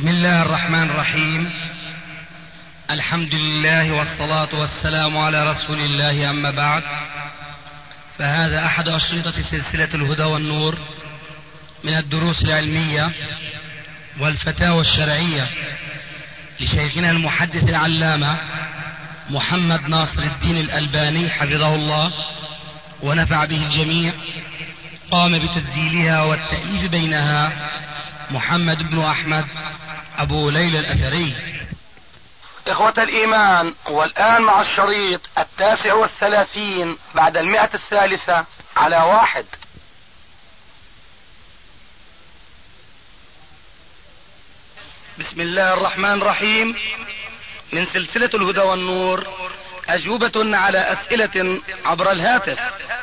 بسم الله الرحمن الرحيم. الحمد لله والصلاة والسلام على رسول الله، أما بعد، فهذا أحد أشرطة سلسلة الهدى والنور من الدروس العلمية والفتاوى الشرعية لشيخنا المحدث العلامة محمد ناصر الدين الألباني حفظه الله ونفع به الجميع. قام بتسجيلها والتأليف بينها محمد بن أحمد أبو ليلى الأثري. إخوة الإيمان، والآن مع الشريط 39 بعد 100 على 1. بسم الله الرحمن الرحيم. من سلسلة الهدى والنور، أجوبة على أسئلة عبر الهاتف.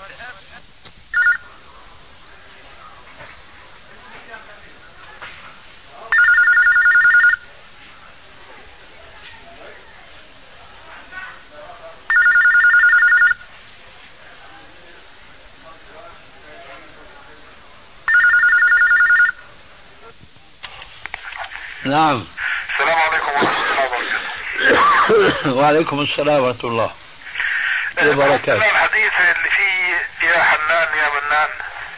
نعم. السلام عليكم ورحمة الله وبركاته. وعليكم السلام ورحمة الله وبركاته. الحديث اللي فيه يا حنان يا منان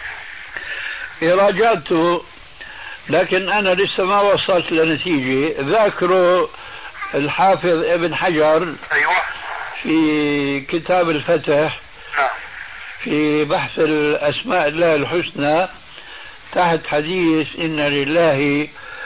راجعته، لكن أنا لسه ما وصلت لنتيجة. ذاكره الحافظ ابن حجر أيوة في كتاب الفتح، نعم، في بحث الأسماء الله الحسنى تحت حديث إن لله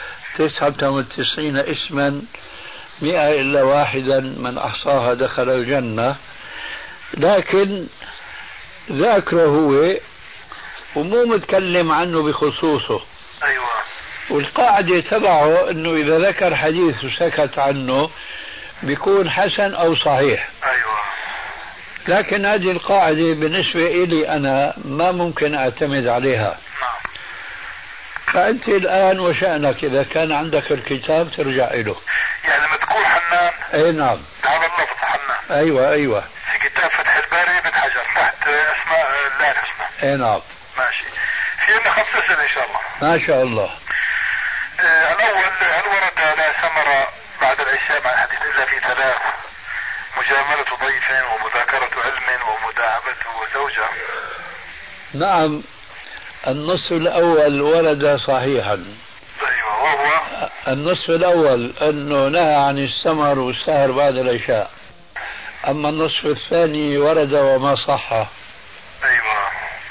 99 اسما 100 إلا واحدا من أحصاها دخل الجنة. لكن ذاكره هو ومو متكلم عنه بخصوصه. أيوة. والقاعدة تبعه أنه إذا ذكر حديث وسكت عنه بيكون حسن أو صحيح. أيوة. لكن هذه القاعدة بالنسبة إلي أنا ما ممكن أعتمد عليها. نعم. فأنت الآن وشأنك إذا كان عندك الكتاب ترجع له. يعني ما تقول حنان. أي نعم. هذا اللفظ حنان. أيوة. في كتاب فتح الباري ابن حجر تحت أسماء الله الحسنى. أي نعم. ماشي. في عندنا 5 أسئلة إن شاء الله. ما شاء الله. الأول، هل ورد لا ثمر بعد العشاء مع الحديث إلا في 3: مجاملة ضيف ومذاكرة علم ومداعبة زوجة؟ نعم، النصف الأول ورد صحيحا. أيوة. وهو النصف الأول أنه نهى عن السمر والسهر بعد العشاء. أما النصف الثاني ورد وما صح. أيوة.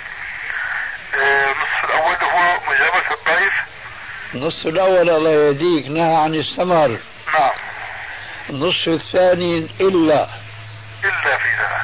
النصف الأول هو مجاملة الضيف. النصف الأول الله يهديك نهى عن السمر. نعم. النصف الثاني إلا في 3.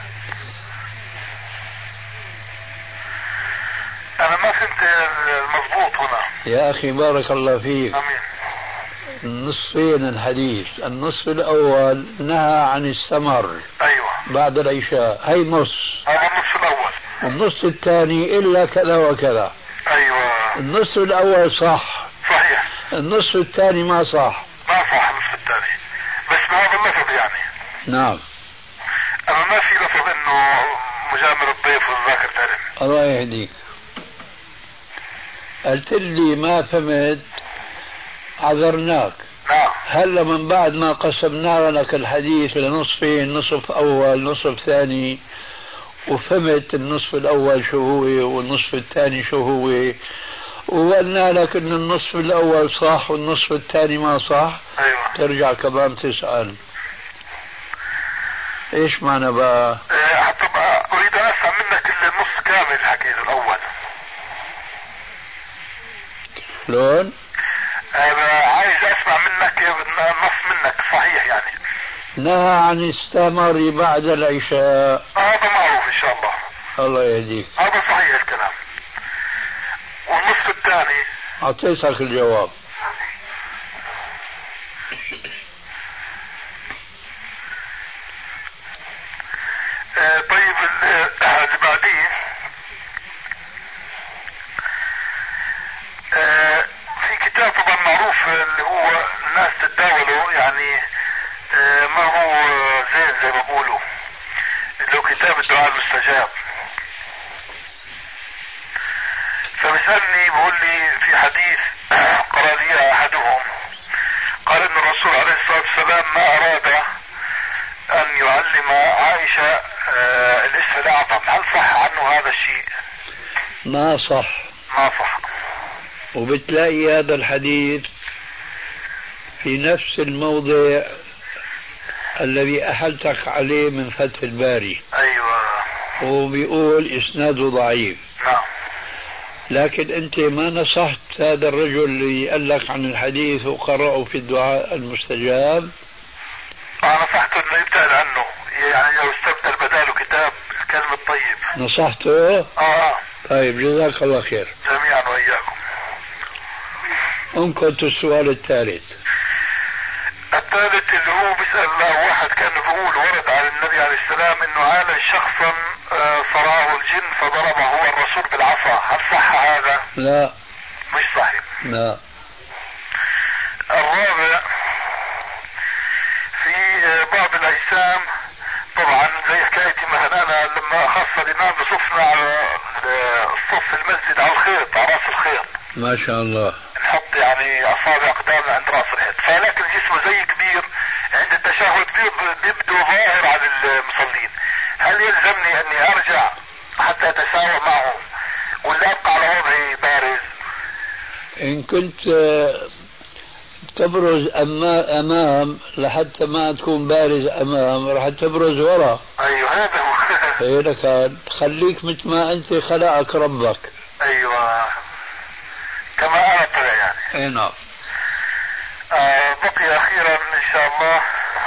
أنا ما فهمت المضبوط هنا. يا أخي بارك الله فيك. أمين. النصفين الحديث، النصف الأول نهى عن السمر. أيوة. بعد العشاء، هي نص. هذا النصف الأول. النص الثاني إلا كذا وكذا. أيوة. النص الأول صح. صحيح. النصف الثاني ما صح. ما صح النصف الثاني، بس بهذا اللفظ يعني. نعم. أما ما في لفظ إنه مجامل الضيف وذاكر علم. الله يهديك. قلت لي ما فهمت، عذرناك. نعم. هلا من بعد ما قسمنا لك الحديث لنصفين، نصف أول نصف ثاني، وفهمت النصف الأول شو هو والنصف الثاني شو هو، وقلنا لك إن النصف الأول صح والنصف الثاني ما صح. أيوة. ترجع كمان تسأل إيش معنى بقى؟ طبعا أريد أن أسمع منك النص كامل حكيت الأول. شلون؟ عايز أسمع منك النص منك صحيح يعني. نهى عن السمر بعد العشاء. هذا معروف إن شاء الله. الله يهديك. هذا صحيح الكلام. والنصف الثاني أعطيتك الجواب. طيب اللي بعديه في كتاب طبعا معروف اللي هو الناس تتداوله يعني ما هو زين زي ما بقولوا، اللي هو كتاب الدعاء المستجاب. فبسألني بقول لي في حديث قرأ لي أحدهم الأعظم، هل صح عنه هذا الشيء؟ ما صح. ما صح. وبتلاقي هذا الحديث في نفس الموضع الذي أحلتك عليه من فتح الباري. أيوة. وبيقول إسناده ضعيف. نعم. لكن أنت ما نصحت هذا الرجل اللي قال لك عن الحديث وقرأه في الدعاء المستجاب؟ نصحته أنه يبتعد عنه، يعني لو استبدل بداله كتاب الكلم الطيب. نصحته؟ طيب جزاك الله خير. جميعا وإياكم. انقذت السؤال الثالث. الثالث اللي هو بيسأل واحد كان بيقول ورد على النبي عليه السلام انه عالج شخصا صراه الجن فضربه هو الرسول بالعصا، هل صح هذا؟ لا. مش صحيح. لا. الرابع، في بعض الاجسام طبعا زي حكايتي مثلا انا لما اخص الامام بصفنا على الصف المسجد على الخيط، على راس الخيط. ما شاء الله. نحط يعني اصابع قدامنا عند راس الخيط، فلكن جسمه زي كبير عند التشهد بيبدو ظاهر على المصلين، هل يلزمني اني ارجع حتى اتساوى معه ولا ابقى على وضعي بارز؟ ان كنت تبرز امام لحتى ما تكون بارز امام راح تبرز ورا. ايوه هذا هو. هيك خليك مثل ما انت خلقك ربك. ايوه كما انا طلع يعني. اي نعم. بقي اخيرا ان شاء الله،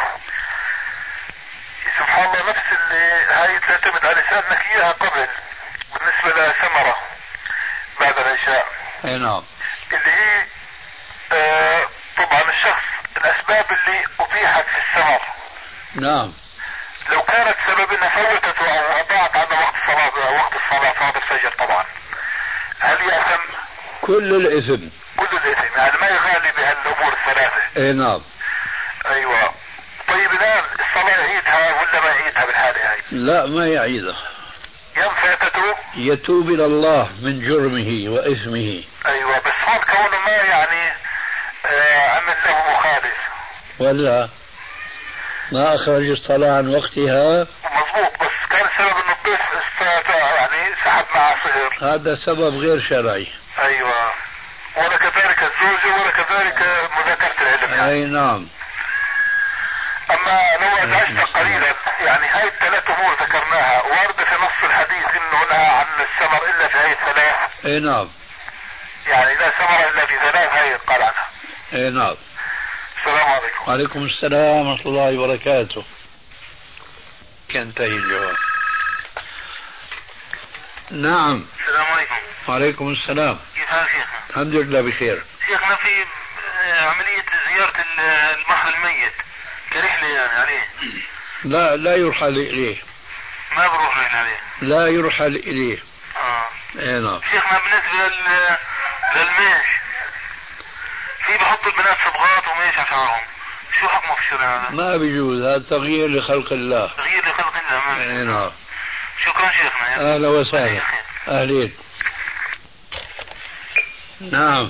سبحان الله، نفس اللي هاي تعتمد على سألناك اياها قبل بالنسبة لثمرة بعد العشاء. اي نعم. اللي هي طبعا الشخص الاسباب اللي ابيحت في الثمر. نعم. لو كانت سبب انها فوتته او اضاعت عن وقت الصلاة صلاة الفجر طبعا، هل يأثم؟ كل الاثم. كل الاثم، يعني ما يغالي بهالامور الثلاثة. اي نعم. ايوه. طيب الان الصلاة يعيدها ولا ما يعيدها بالحالة هاي؟ لا ما يعيدها. ينفع تتوب؟ يتوب الى الله من جرمه واثمه. ايوه بس هون كونه ما يعني عمل له مخالف ولا ما اخرج الصلاة عن وقتها. مضبوط، بس كان السبب انه الضيف يعني سحب معه صهر، هذا سبب غير شرعي. ايوه. ولا كذلك الزوجة ولا كذلك مذاكرة العلم يعني. اي نعم. اما لو ازعجت قليلا، يعني هاي الثلاث امور ذكرناها واردة في نص الحديث انه نهى عن السمر الا في هاي الثلاث. اي نعم. يعني لا سمر الا في ثلاث، هاي قال عنها. اي نعم. السلام عليكم. وعليكم السلام ورحمة الله وبركاته. ينتهي الجواب. نعم. السلام عليكم. وعليكم السلام. كيف حالك شيخنا؟ الحمد لله بخير. شيخنا في عملية زيارة المحو الميت كرحلة يعني عليه. لا يرحل إليه. ما بروح رحلة عليه. لا يرحل إليه. اي نعم. شيخنا بالنسبة للميش، في بحط البنات صبغات وميش على شعرهم، شو حكمه في الشرع هذا؟ ما بيجوز، هذا تغيير لخلق الله. تغيير لخلق الله. ما اي نعم. شكرا شيخنا. اهلا وسهلا. اهلين. نعم.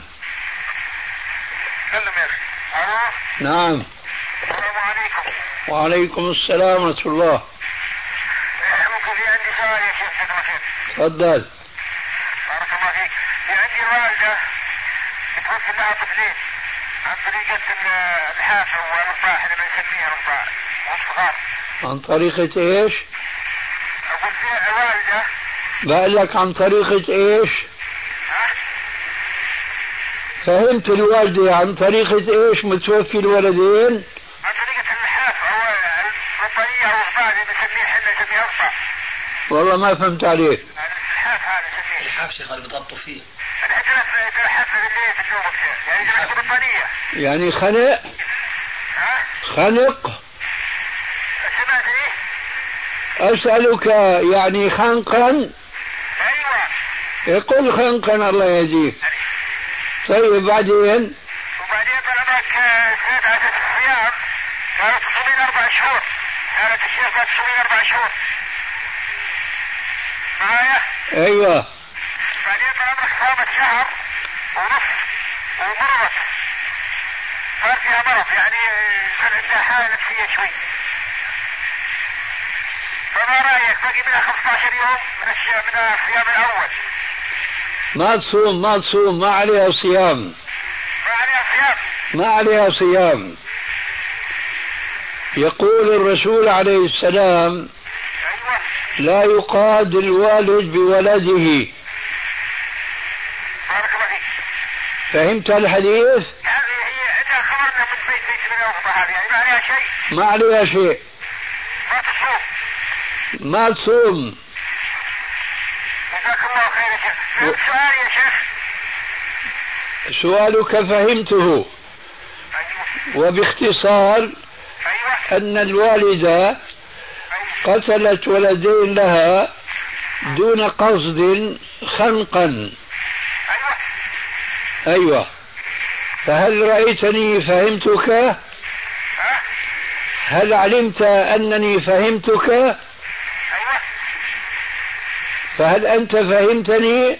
سلم يا اخي. الو. نعم. السلام عليكم. وعليكم السلام ورحمة الله. ممكن في عندي سؤال يا شيخ جزاك الله خير. تفضل. بارك الله فيك. في عندي والدة بتوفي لها طفلين عن طريقة الحافة والرضاع، اللي بنسميها رضاع والصغار. عن طريقة ايش؟ أقول فيها والدة. بقول لك عن طريقة ايش؟ فهمت الوالدة عن طريقة ايش متوفي الولدين؟ عن طريقة الحافة أو الرضاعية أو الرضاع اللي بنسميه احنا نسميه رضاع. والله ما فهمت عليك. الحاف هذا نسميه. الحاف شيخ اللي بيضبطوا فيه. الحافة بالليل في النوم يعني إذا بتكون رضاعية. يعني خنق؟ خنق؟ سمعت إيه؟ أسألك يعني خنقا؟ أيوة. يقول خنقا الله يهديك. طيب بعدين؟ وبعدين طلبك سنة عدد الصيام كانت تصومين 4 شهور، كانت الشيخ ما تصومين 4 شهور معايا؟ ايوه. بعدين طلبك صامت شهر ونص ومرضت، صار فيها مرض يعني كان عندها حالة نفسية شوي، فما رايك باقي منها 15 يوم من الصيام الاول؟ ما تصوم ما عليها صيام. ما عليها صيام. يقول الرسول عليه السلام: لا يقاد الوالد بولده. بارك الله فيك. فهمت الحديث؟ هذه هي عندها خبرنا من بيت من الوقت هذه، يعني ما عليها شيء. ما عليها شيء. ما تصوم. ما تصوم. جزاك الله خير يا شيخ. سؤال يا شيخ. سؤالك فهمته. وباختصار أن الوالدة قتلت ولدين لها دون قصد خنقا. أيوة. فهل رأيتني فهمتك؟ هل علمت أنني فهمتك؟ فهل أنت فهمتني؟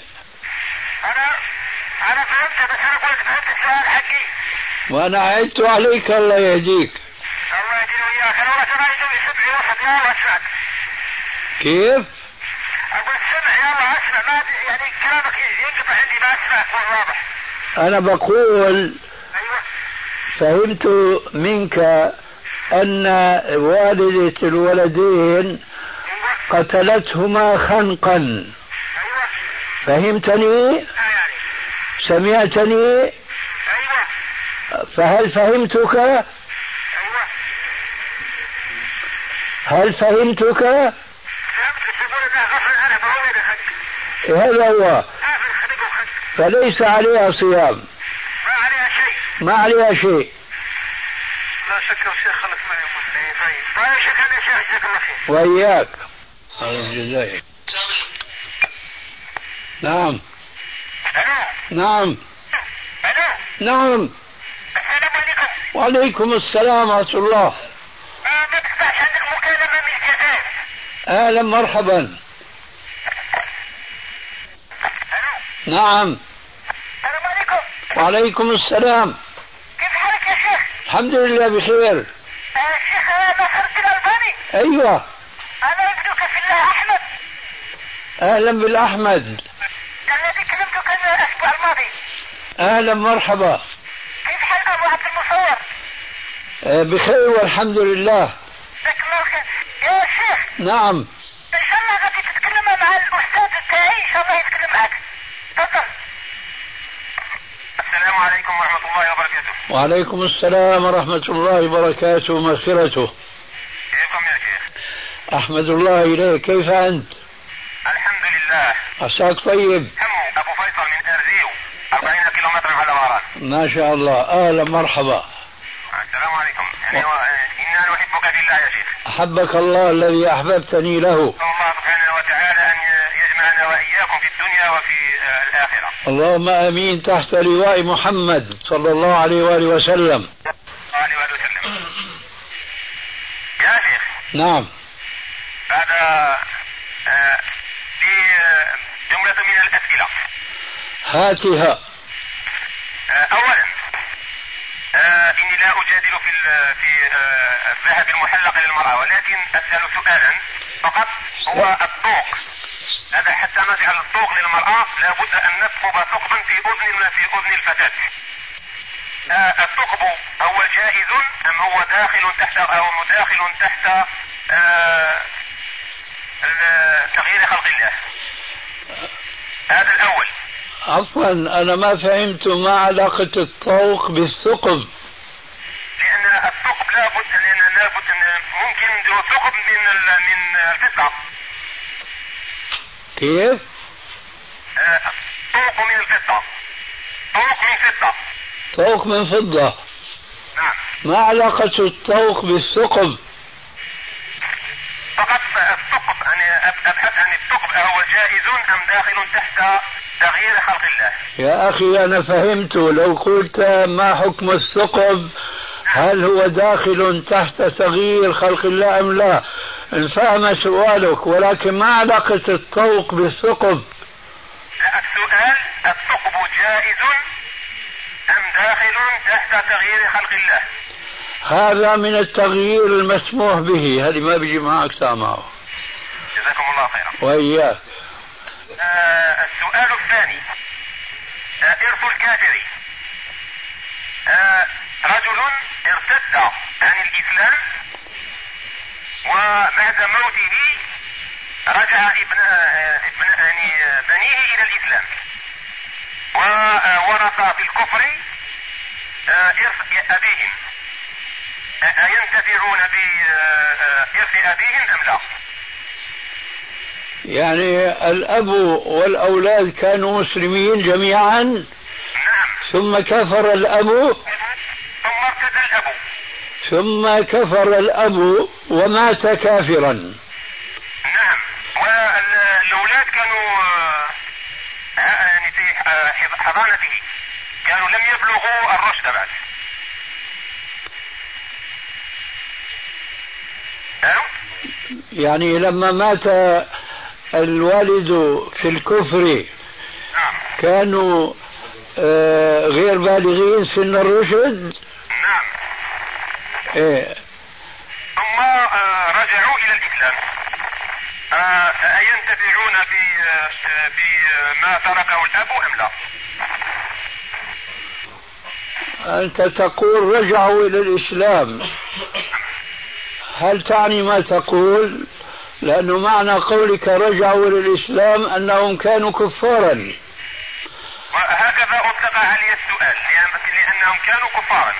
أنا فهمت، بس أنا قلت فهمت السؤال حقي. وأنا عدت عليك. الله يهديك. الله يهدينا وإياك. أنا والله سمعت سمعي وسط يا الله أسمعك. كيف؟ أقول سمع يا الله أسمع، ما يعني كلامك ينقطع عندي، ما أسمعك واضح. أنا بقول أيوة. فهمت منك أن والدة الولدين قتلتهما خنقا. أيوة. فهمتني؟ يعني. سمعتني؟ أيوة. فهل فهمتك؟ أيوة. هل فهمتك؟ فهمتك. تقول إنها غفل، أنا بقول إنها خنق. هذا هو. خنق وخنق. فليس عليها صيام. ما عليها شيء. ما عليها شيء. لا شك يا شيخ. خلك ما يموت. طيب شكرا يا شيخ. جزاك الله خير. وإياك. الجزائر. نعم. نعم. نعم. السلام عليكم. وعليكم السلام ورحمة الله. ما تفتحش عندك مكالمة من الجزائر. أهلا مرحبا. نعم. السلام عليكم. وعليكم السلام. كيف حالك يا شيخ؟ الحمد لله بخير. الشيخ نصر الألباني. أيوة. أنا ابنك في الله أحمد. أهلا بالأحمد. الذي كلمتك الأسبوع الماضي. أهلا مرحبا. كيف حال أبو عبد المصور؟ بخير والحمد لله. جزاك الله خير. يا شيخ. نعم. إن شاء الله غادي تتكلم مع الأستاذ تاعي، إن شاء الله يتكلم معك. تفضل. السلام عليكم ورحمة الله وبركاته. وعليكم السلام ورحمة الله وبركاته ومغفرته. كيفكم يا شيخ؟ أحمد الله إليك. كيف أنت؟ الحمد لله. عساك طيب. حمو أبو فيصل من أرزيو 40 كيلومتر على ماران. ما شاء الله. أهلا مرحبا. السلام عليكم. إنا نحبك في الله يا شيخ. أحبك الله الذي أحببتني له. الله سبحانه وتعالى أن يجمعنا وإياكم في الدنيا وفي الآخرة. اللهم آمين. تحت لواء محمد صلى الله عليه وآله وسلم. يا شيخ. نعم. هذا في جملة من الأسئلة. هاتها. أولا إني لا أجادل في الذهب المحلق للمرأة، ولكن أسأل سؤالا فقط. هو الطوق هذا، حتى نجعل الطوق للمرأة لابد أن نثقب ثقبا في أذن الفتاة. الثقب هو جائز أم هو داخل تحت أو مداخل تحت تغيير خلق الله؟ هذا الأول. عفوا أنا ما فهمت ما علاقة الطوق بالثقب. لأن الثقب لابد ممكن نديروا ثقب من الفضة. كيف؟ طوق من الفضة. طوق من فضة. طوق من فضة. نعم. ما علاقة الطوق بالثقب؟ فقط الثقب، أنا أبحث عن الثقب هو جائز أم داخل تحت تغيير خلق الله. يا أخي أنا فهمت. لو قلت ما حكم الثقب، هل هو داخل تحت تغيير خلق الله أم لا، انفهم سؤالك، ولكن ما علاقة الطوق بالثقب؟ لا، السؤال الثقب جائز أم داخل تحت تغيير خلق الله؟ هذا من التغيير المسموح به. هذه ما بيجي معك سامعه. جزاكم الله خيرا. وإياك. السؤال الثاني، إرث الكافر. رجل ارتد عن الإسلام وبعد موته رجع بنيه إلى الإسلام وورث في الكفر إرث أبيهم، أينتفعون بإرث أبيهم أم لا؟ يعني الأب والأولاد كانوا مسلمين جميعا. نعم. ثم كفر الأب. ثم ارتد الأب. ثم كفر الأب ومات كافرا. نعم. والأولاد كانوا يعني في حضانته، كانوا لم يبلغوا الرشد بعد. يعني لما مات الوالد في الكفر كانوا غير بالغين سن الرشد. نعم. إيه. ثم رجعوا إلى الإسلام، أينتفعون بما تركه الأب أم لا؟ أنت تقول رجعوا إلى الإسلام، هل تعني ما تقول؟ لأنه معنى قولك رجعوا إلى الإسلام أنهم كانوا كفارا. هكذا أطلق علي السؤال، لأنهم كانوا كفارا.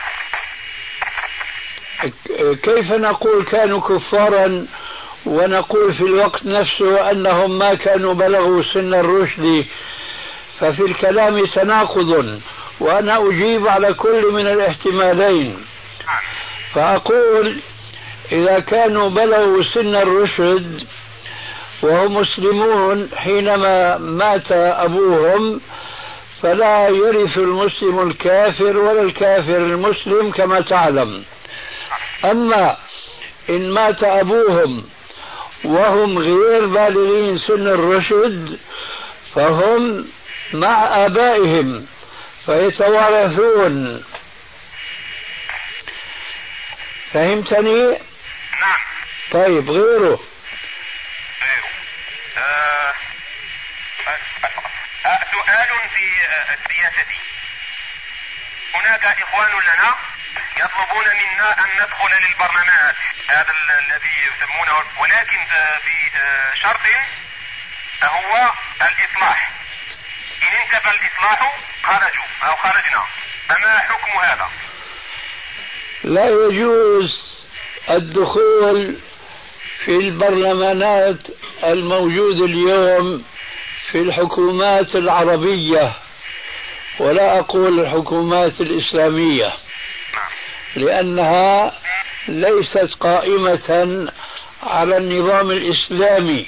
كيف نقول كانوا كفارا ونقول في الوقت نفسه أنهم ما كانوا بلغوا سن الرشد؟ ففي الكلام تناقض، وأنا أجيب على كل من الاحتمالين. فأقول إذا كانوا بلغوا سن الرشد وهم مسلمون حينما مات أبوهم فلا يرث المسلم الكافر ولا الكافر المسلم كما تعلم. أما إن مات أبوهم وهم غير بالغين سن الرشد فهم مع آبائهم فيتوارثون. فهمتني؟ نعم. طيب غيره. سؤال في السياسة. هناك إخوان لنا يطلبون منا أن ندخل للبرلمانات، هذا الذي يسمونه، ولكن في شرط هو الإصلاح. إن انتفى الإصلاح خرجوا أو خرجنا، فما حكم هذا؟ لا يجوز الدخول في البرلمانات الموجودة اليوم في الحكومات العربية، ولا أقول الحكومات الإسلامية، لأنها ليست قائمة على النظام الإسلامي،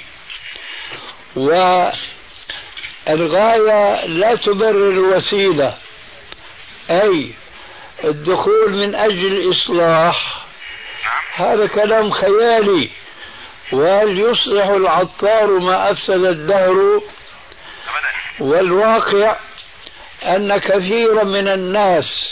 والغاية لا تبرر الوسيلة. أي الدخول من أجل الإصلاح هذا كلام خيالي، وهل يصلح العطار ما أفسد الدهر؟ والواقع أن كثيرا من الناس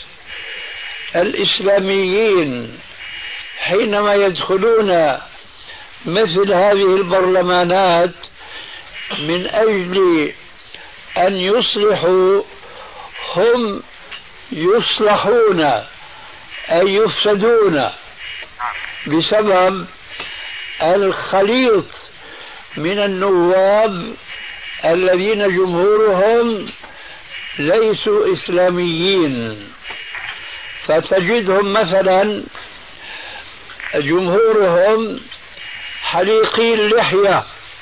الإسلاميين حينما يدخلون مثل هذه البرلمانات من أجل أن يصلحوا هم يصلحون أي يفسدون بسبب الخليط من النواب الذين جمهورهم ليسوا إسلاميين. فتجدهم مثلا جمهورهم حليقي اللحية،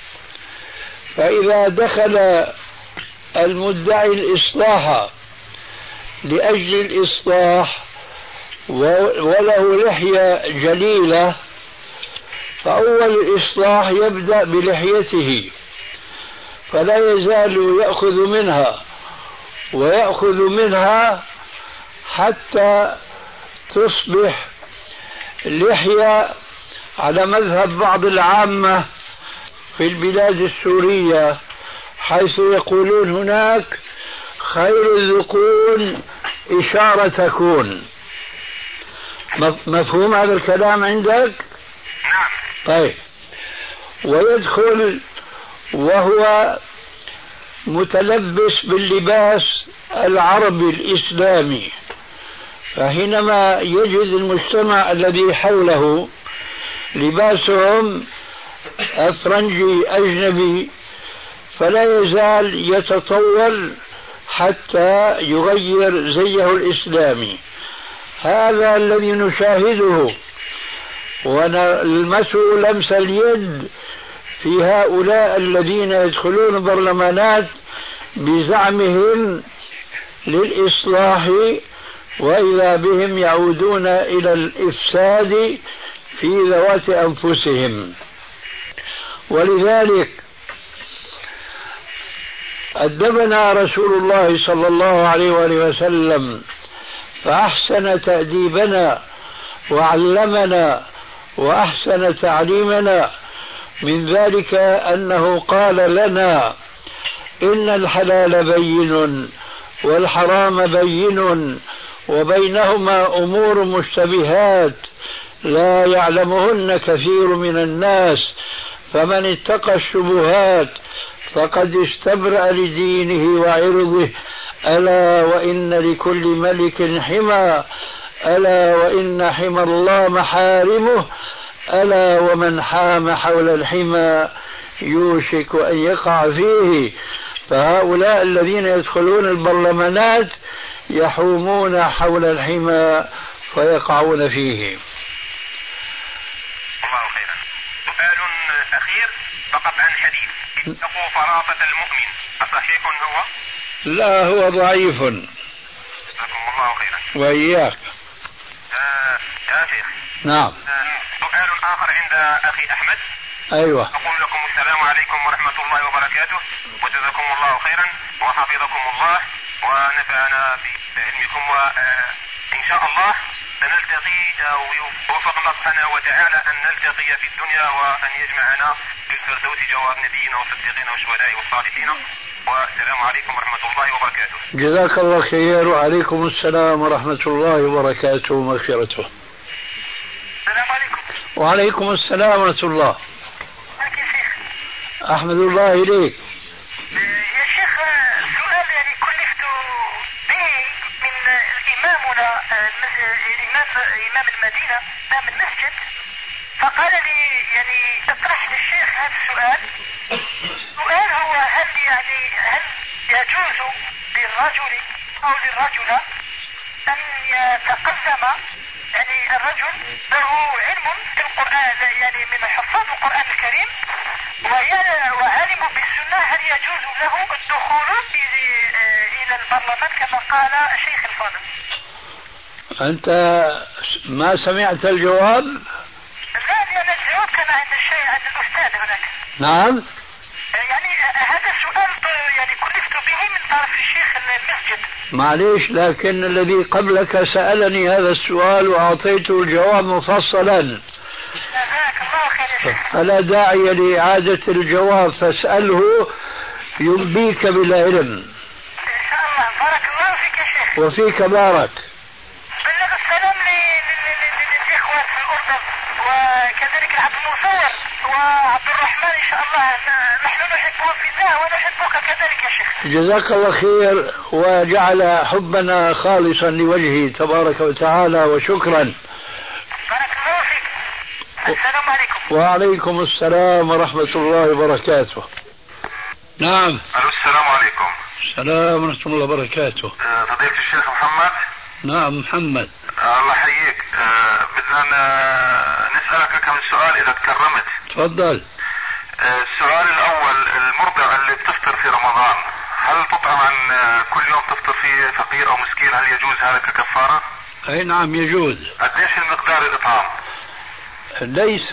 فإذا دخل المدعي الإصلاح لأجل الإصلاح وله لحية جليلة فأول الإصلاح يبدأ بلحيته، فلا يزال يأخذ منها ويأخذ منها حتى تصبح لحية على مذهب بعض العامة في البلاد السورية، حيث يقولون هناك خير الذقون إشارة تكون. مفهوم هذا الكلام عندك؟ نعم. طيب، ويدخل وهو متلبس باللباس العربي الإسلامي، فحينما يجد المجتمع الذي حوله لباسهم أفرنجي أجنبي فلا يزال يتطور حتى يغير زيه الإسلامي. هذا الذي نشاهده ونلمسه لمس اليد في هؤلاء الذين يدخلون البرلمانات بزعمهم للإصلاح، وإذا بهم يعودون إلى الإفساد في ذوات أنفسهم. ولذلك أدبنا رسول الله صلى الله عليه وآله وسلم فأحسن تأديبنا وعلمنا وأحسن تعليمنا. من ذلك أنه قال لنا إن الحلال بين والحرام بين وبينهما أمور مشتبهات لا يعلمهن كثير من الناس، فمن اتقى الشبهات فقد استبرأ لدينه وعرضه. ألا وإن لكل ملك حمى، ألا وإن حمى الله محارمه، ألا ومن حام حول الحمى يوشك أن يقع فيه. فهؤلاء الذين يدخلون البرلمانات يحومون حول الحمى فيقعون فيه. الله خيرا. سؤال أخير فقط عن حديث اتقوا فراسة المؤمن، أصحيح هو؟ لا، هو ضعيف. جزاكم الله خيرا. وإياك. يا شيخ. نعم. سؤال آخر عند أخي أحمد. أيوة. أقول لكم السلام عليكم ورحمة الله وبركاته، وجزاكم الله خيرا وحفظكم الله ونفعنا بعلمكم، وإن شاء الله سنلتقي ويوفق الله سبحانه وتعالى أن نلتقي في الدنيا وأن يجمعنا في الفردوس جواب نبينا والصديقين والشهداء والصالحين. والسلام عليكم ورحمة الله وبركاته. جزاك الله خير، وعليكم السلام ورحمة الله وبركاته ومغفرته. السلام عليكم. وعليكم السلام ورحمة الله. أحمد الله إليك. يا شيخ، سؤال يعني كلفت به من إمامنا إمام المدينة إمام المسجد، فقال لي يعني اطرح للشيخ هذا السؤال. السؤال هو هل يجوز للرجل أو للرجل أن يتقدم، يعني الرجل له علم في القرآن يعني من حفاظ القرآن الكريم وعالم بالسنة، هل يجوز له الدخول إلى البرلمان كما قال الشيخ الفاضل؟ أنت ما سمعت الجواب؟ لا، لأن الجواب كان عند الأستاذ هناك. نعم. يعني هذا السؤال يعني كلفت به من طرف الشيخ المسجد. معليش، لكن الذي قبلك سألني هذا السؤال وأعطيته الجواب مفصلا. جزاك الله خير يا شيخ. فلا داعي لإعادة الجواب، فاسأله ينبيك بالعلم. إن شاء الله. بارك الله فيك يا شيخ. وفيك بارك. بلغ السلام للإخوة في الأردن وكذلك العبد المصور وعبد الرحمن إن شاء الله. نحن نحبهم في الله ونحبك كذلك يا شيخ. جزاك الله خير، وجعل حبنا خالصا لوجهه تبارك وتعالى، وشكرا. بارك الله فيك. السلام عليكم. وعليكم السلام ورحمة الله وبركاته. نعم. السلام عليكم. السلام ورحمة الله وبركاته. فضيلة الشيخ محمد. نعم محمد. الله يحييك. بدنا نسألك كم سؤال إذا تكرمت. تفضل. السؤال الأول، المرضع اللي بتفطر في رمضان هل تطعم عن كل يوم تفطر فيه فقير أو مسكين؟ هل يجوز هذا ككفارة؟ أي نعم يجوز. قديش المقدار الإطعام؟ ليس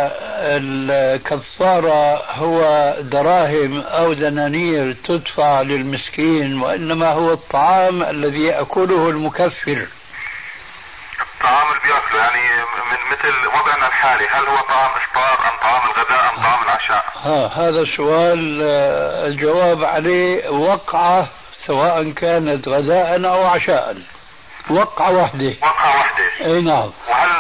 الكفارة هو دراهم أو دنانير تدفع للمسكين، وإنما هو الطعام الذي يأكله المكفر. الطعام اللي بيأكله يعني من مثل وضعنا الحالي، هل هو طعام إفطار أم طعام الغداء أم طعام العشاء؟ هذا السؤال الجواب عليه وقعة، سواء كانت غداء أو عشاء، وقعة واحدة. وقعة واحدة. أي نعم. وهل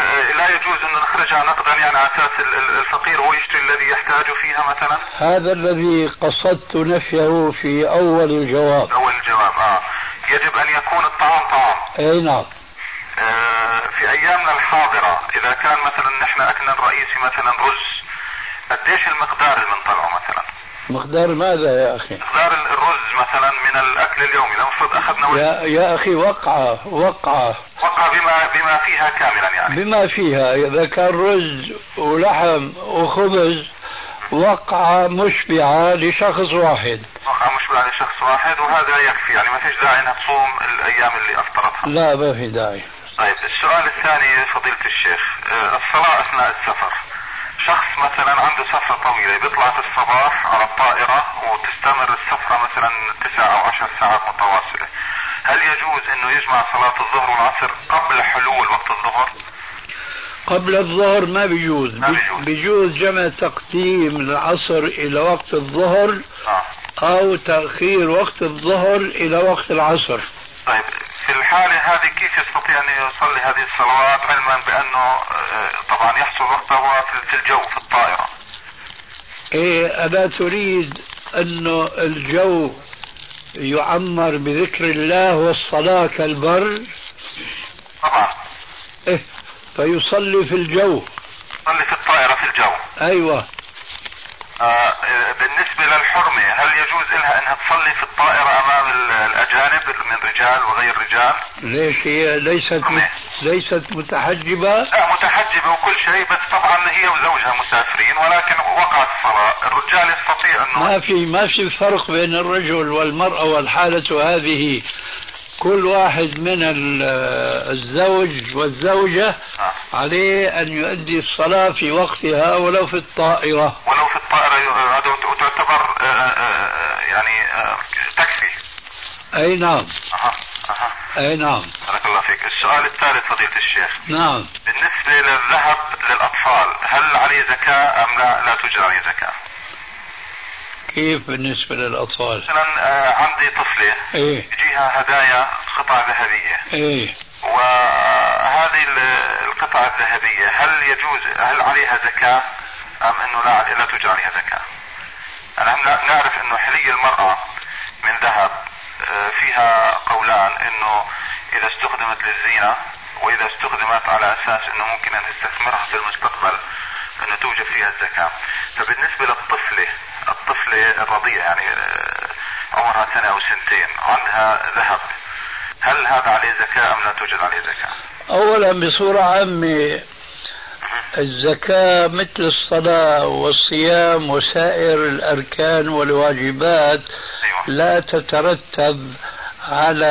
لا يجوز أن نخرجها نقدا يعني على أساس الفقير هو يشتري الذي يحتاج فيها مثلا؟ هذا الذي قصدت نفيه في أول الجواب. أول الجواب يجب أن يكون الطعام طعام. أي نعم. في أيامنا الحاضرة إذا كان مثلا نحن أكلنا الرئيسي مثلا رز، قديش المقدار اللي بنطلعه مثلا؟ مقدار ماذا يا أخي؟ مقدار الرز مثلا من الأكل اليومي لو فرض أخذنا يا أخي وقعة بما فيها كاملا يعني بما فيها. إذا كان رز ولحم وخبز وقعة مشبعة لشخص واحد. وقعة مشبعة لشخص واحد وهذا يكفي يعني ما فيش داعي انها تصوم الأيام اللي أفطرتها. لا ما في داعي. طيب السؤال الثاني فضيلة الشيخ، الصلاة أثناء السفر. شخص مثلا عنده سفرة طويلة بيطلع في الصباح على الطائرة وتستمر السفرة مثلا 9 أو 10 ساعات متواصلة، هل يجوز انه يجمع صلاة الظهر والعصر قبل حلول وقت الظهر؟ قبل الظهر ما بيجوز. بيجوز جمع تقديم العصر إلى وقت الظهر أو تأخير وقت الظهر إلى وقت العصر. طيب في الحالة هذه كيف يستطيع أن يصلي هذه الصلوات علما بأنه طبعا يحصل وقته في الجو في الطائرة؟ إيه ألا تريد أنه الجو يعمر بذكر الله والصلاة كالبر؟ طبعا. إيه فيصلي في الجو. يصلي في الطائرة في الجو. أيوة. بالنسبة للحرمة هل يجوز لها أنها تصلي في الطائرة أمام الأجانب من رجال وغير رجال؟ ليش هي ليست متحجبة؟ لا متحجبة وكل شيء، بس طبعا هي وزوجها مسافرين ولكن وقعت الصلاة. الرجال يستطيع أنه ما في فرق بين الرجل والمرأة، والحالة هذه كل واحد من الزوج والزوجة عليه أن يؤدي الصلاة في وقتها ولو في الطائرة. ولو في الطائرة تعتبر يعني تكفي. أي نعم. أي نعم. بارك الله فيك. السؤال الثالث فضيلة الشيخ. نعم. بالنسبة للذهب للأطفال هل عليه زكاة أم لا توجد عليه زكاة؟ كيف بالنسبة للأطفال؟ مثلا عندي طفلة يجيها هدايا قطع ذهبية. وهذه القطع الذهبية هل عليها زكاة أم أنه لا توجد عليها زكاة؟ أنا نعرف أنه حلي المرأة من ذهب فيها قولان، أنه إذا استخدمت للزينة وإذا استخدمت على أساس أنه ممكن أن تستثمرها في المستقبل أنه توجد فيها الزكاة. فبالنسبة للطفلة الرضيعة يعني عمرها 1 أو 2 عندها ذهب، هل هذا عليه زكاة أم لا توجد عليه زكاة؟ أولا بصورة عامة الزكاة مثل الصلاة والصيام وسائر الأركان والواجبات لا تترتب على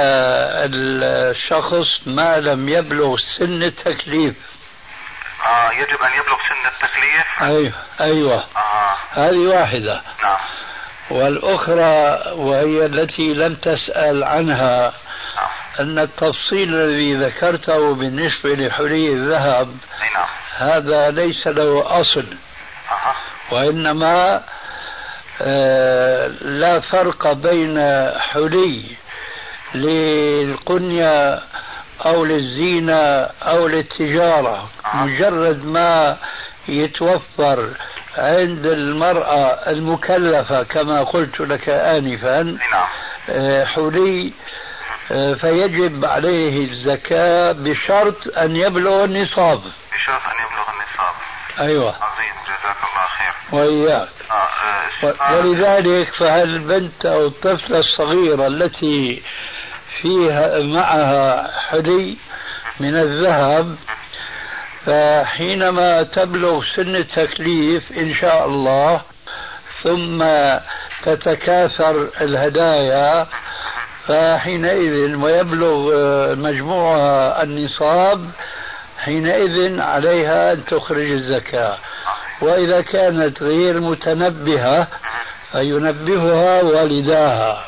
الشخص ما لم يبلغ سن التكليف. يجب أن يبلغ سن التكليف. أيوة. هذه واحدة. نعم. والأخرى وهي التي لم تسأل عنها أن التفصيل الذي ذكرته بالنسبة لحلي الذهب هذا ليس له أصل، وإنما لا فرق بين حلي للقنية أو للزينة أو للتجارة، مجرد ما يتوفر عند المرأة المكلفة كما قلت لك آنفا حلي فيجب عليه الزكاة بشرط أن يبلغ النصاب. أيوة. عظيم جزاك الله خير. وإياك. ولذلك فالبنت أو الطفلة الصغيرة التي فيها معها حلي من الذهب فحينما تبلغ سن التكليف إن شاء الله ثم تتكاثر الهدايا فحينئذ ويبلغ مجموعها النصاب حينئذ عليها أن تخرج الزكاة. وإذا كانت غير متنبهة فينبهها والداها.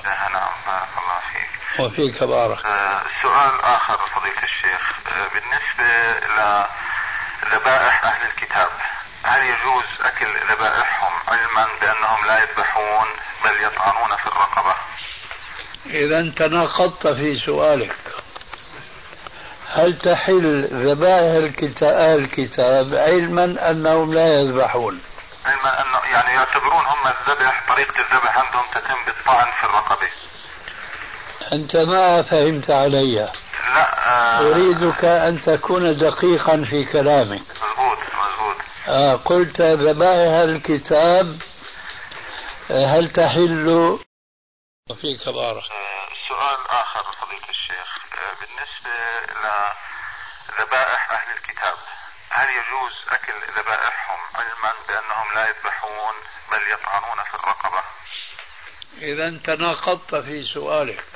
وفيك بارك. سؤال آخر فضيلة الشيخ، بالنسبة لذبائح أهل الكتاب هل يجوز أكل ذبائحهم علما بأنهم لا يذبحون بل يطعنون في الرقبة؟ إذا أنت ناقضت في سؤالك. هل تحل ذبائح الكتاب علما أنهم لا يذبحون؟ علما أنه يعني يعتبرون هم الذبح طريقة الذبح عندهم تتم بالطعن في الرقبة. أنت ما فهمت علي. لا أريدك أن تكون دقيقا في كلامك. مزبوط. قلت ذبائح الكتاب هل تحل؟ فيك بارك. سؤال آخر فضيلة الشيخ، بالنسبة لذبائح أهل الكتاب، هل يجوز أكل ذبائحهم علما بأنهم لا يذبحون بل يطعنون في الرقبة؟ إذا أنت ناقضت في سؤالك.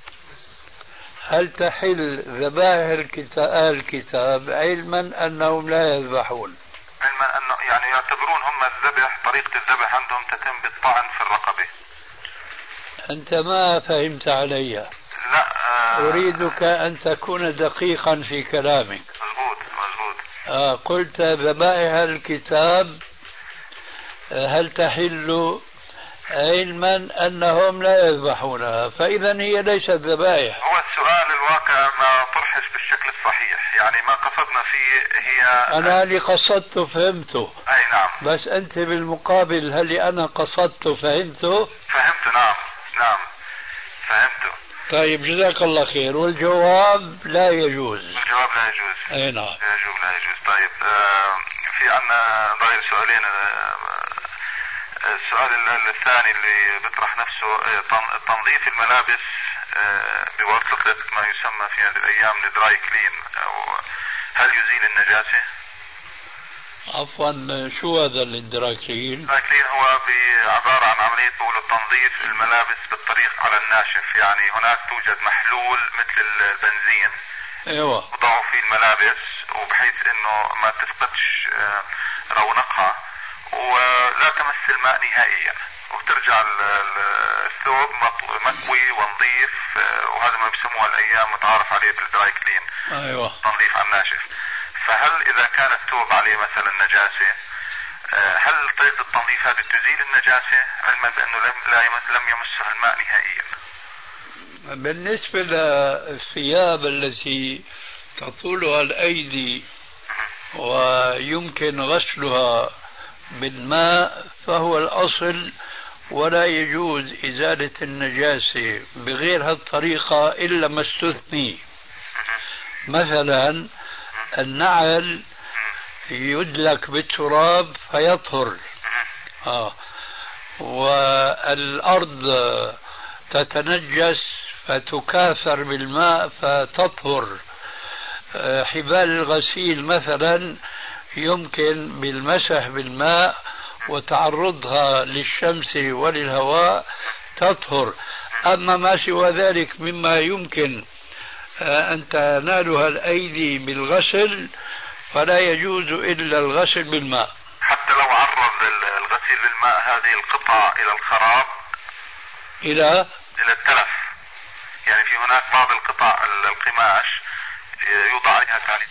هل تحل ذبائح الكتاب علما أنهم لا يذبحون؟ علما أنه يعني يعتبرون هم الذبح طريقة الذبح عندهم تتم بالطعن في الرقبة. أنت ما فهمت علي. لا أريدك أن تكون دقيقا في كلامك. مزبوط. قلت ذبائح الكتاب هل تحل علما أنهم لا يذبحونها، فإذا هي ليست ذبائح. هو السؤال الواقع ما طرحش بالشكل الصحيح، يعني ما قصدنا فيه هي أنا اللي قصدته فهمته. أي نعم. بس أنت بالمقابل هل أنا قصدته فهمته؟ فهمته نعم فهمته. طيب جزاك الله خير. والجواب لا يجوز. الجواب لا يجوز. أي نعم. لا يجوز. طيب في عنا ضايل سؤالين. السؤال الثاني اللي بيطرح نفسه تنظيف الملابس بواسطة ما يسمى في هذه الأيام الدراي كلين، هل يزيل النجاسة؟ عفوا شو هذا الدراي كلين؟ الدراي كلين هو عبارة عن عملية تنظيف الملابس بالطريق على الناشف، يعني هناك توجد محلول مثل البنزين ايوه وضعوا فيه الملابس وبحيث انه ما تفقدش رونقها ولا تمس الماء نهائيا وترجع الثوب مكوي ونظيف، وهذا ما بيسموها الايام متعارف عليه بالدراي كلين. ايوه تنظيف على الناشف. فهل اذا كان الثوب عليه مثلا نجاسه هل طريقه التنظيف هذه تزيل النجاسه علما بانه لم يمسها الماء نهائيا؟ بالنسبه للثياب التي تطولها الايدي ويمكن غسلها بالماء فهو الأصل، ولا يجوز إزالة النجاسة بغير هالطريقة إلا ما استثني. مثلا النعل يدلك بالتراب فيطهر، والأرض تتنجس فتكاثر بالماء فتطهر. حبال الغسيل مثلا يمكن بالمسح بالماء وتعرضها للشمس وللهواء تطهر. أما ما سوى ذلك مما يمكن أن تنالها الأيدي بالغسل فلا يجوز إلا الغسل بالماء. حتى لو عرض الغسيل بالماء هذه القطع إلى الخراب إلى التلف، يعني في هناك بعض القطع القماش يوضع عليها تعليق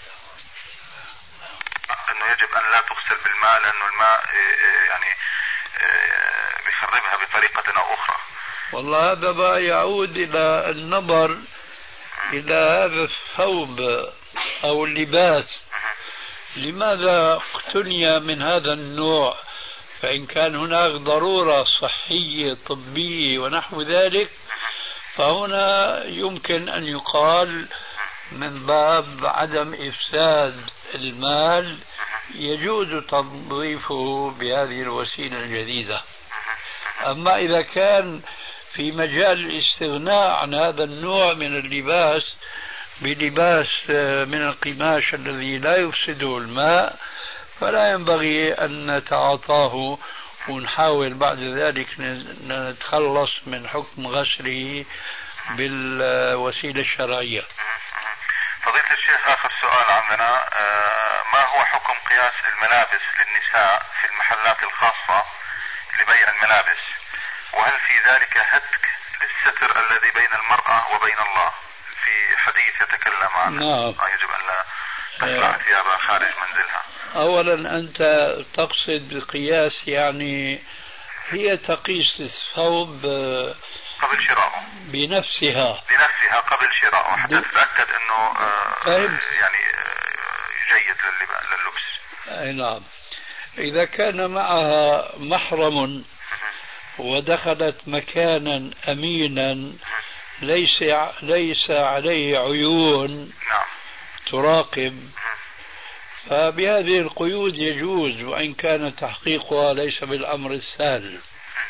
انه يجب ان لا تغسل بالماء لانه الماء يعني بيخربها بطريقة او اخرى. والله هذا بقى يعود الى النظر الى هذا الثوب او اللباس لماذا اقتني من هذا النوع، فان كان هناك ضرورة صحية طبية ونحو ذلك فهنا يمكن ان يقال من باب عدم إفساد المال يجوز تنظيفه بهذه الوسيلة الجديدة. أما إذا كان في مجال الاستغناء عن هذا النوع من اللباس بلباس من القماش الذي لا يفسده الماء فلا ينبغي أن نتعاطاه ونحاول بعد ذلك نتخلص من حكم غسله بالوسيلة الشرعية. فضيلة الشيخ آخر سؤال عندنا، ما هو حكم قياس الملابس للنساء في المحلات الخاصة لبيع الملابس، وهل في ذلك هتك للستر الذي بين المرأة وبين الله في حديث يتكلم عن يجب أن لا تخلع ثيابها خارج منزلها؟ أولا أنت تقصد قياس يعني هي تقيس الثوب قبل شرائه بنفسها قبل شرائه حتى تتأكد أنه يعني جيد لللبس. أي نعم. إذا كان معها محرم ودخلت مكانا أمينا ليس عليه عيون تراقب، فبهذه القيود يجوز، وإن كان تحقيقها ليس بالأمر السهل.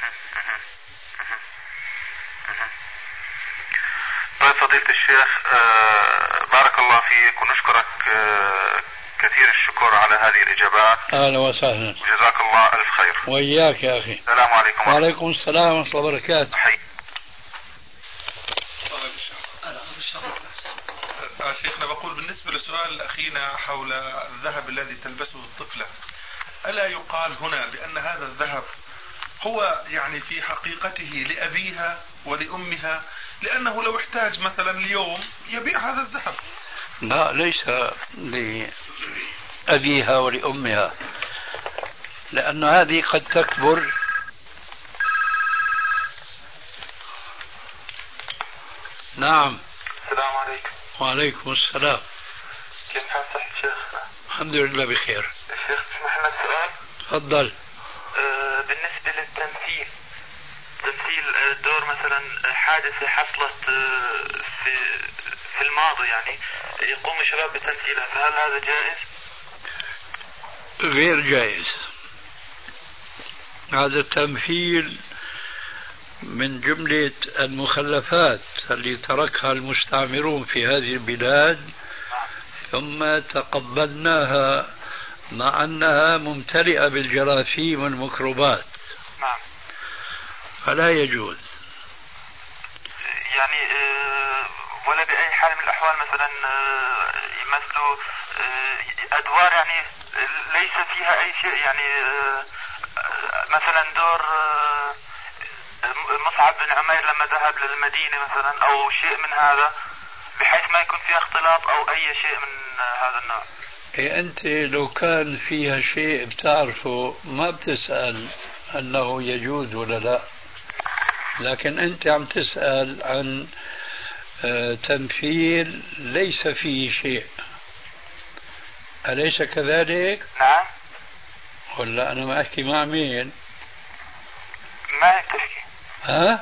طيب فضيلة الشيخ، بارك الله فيك ونشكرك كثير الشكر على هذه الإجابات. أهلا وسهلا. جزاك الله ألف خير. وإياك يا أخي. السلام عليكم. وعليكم السلام ورحمة الله وبركاته. شيخنا بقول بالنسبة لسؤال أخينا حول الذهب الذي تلبسه الطفلة، ألا يقال هنا بأن هذا الذهب هو يعني في حقيقته لأبيها ولأمها، لأنه لو احتاج مثلا اليوم يبيع هذا الذهب؟ لا، ليس لأبيها ولأمها، لأن هذه قد تكبر. نعم. السلام عليكم. وعليكم السلام. كيف حال صحة شيخنا؟ الحمد لله بخير. الشيخ تسمح لنا السؤال؟ تفضل. بالنسبة للتمثيل، تمثيل دور مثلا حادثة حصلت في الماضي، يعني يقوم الشباب بتمثيلها، فهل هذا جائز؟ غير جائز. هذا التمثيل من جملة المخلفات اللي تركها المستعمرون في هذه البلاد، ثم تقبلناها مع أنها ممتلئة بالجراثيم والميكروبات. نعم. فلا يجوز. يعني ولا بأي حال من الأحوال مثلا يمثلوا أدوار يعني ليس فيها أي شيء، يعني مثلا دور مصعب بن عمير لما ذهب للمدينة مثلا، أو شيء من هذا، بحيث ما يكون فيها اختلاط أو أي شيء من هذا النوع. إيه، أنت لو كان فيها شيء بتعرفه ما بتسأل أنه يجوز ولا لا، لكن أنت عم تسأل عن تمثيل ليس فيه شيء، أليس كذلك؟ نعم. ولا أنا ما أحكي مع مين؟ ما هيك تحكي. ها؟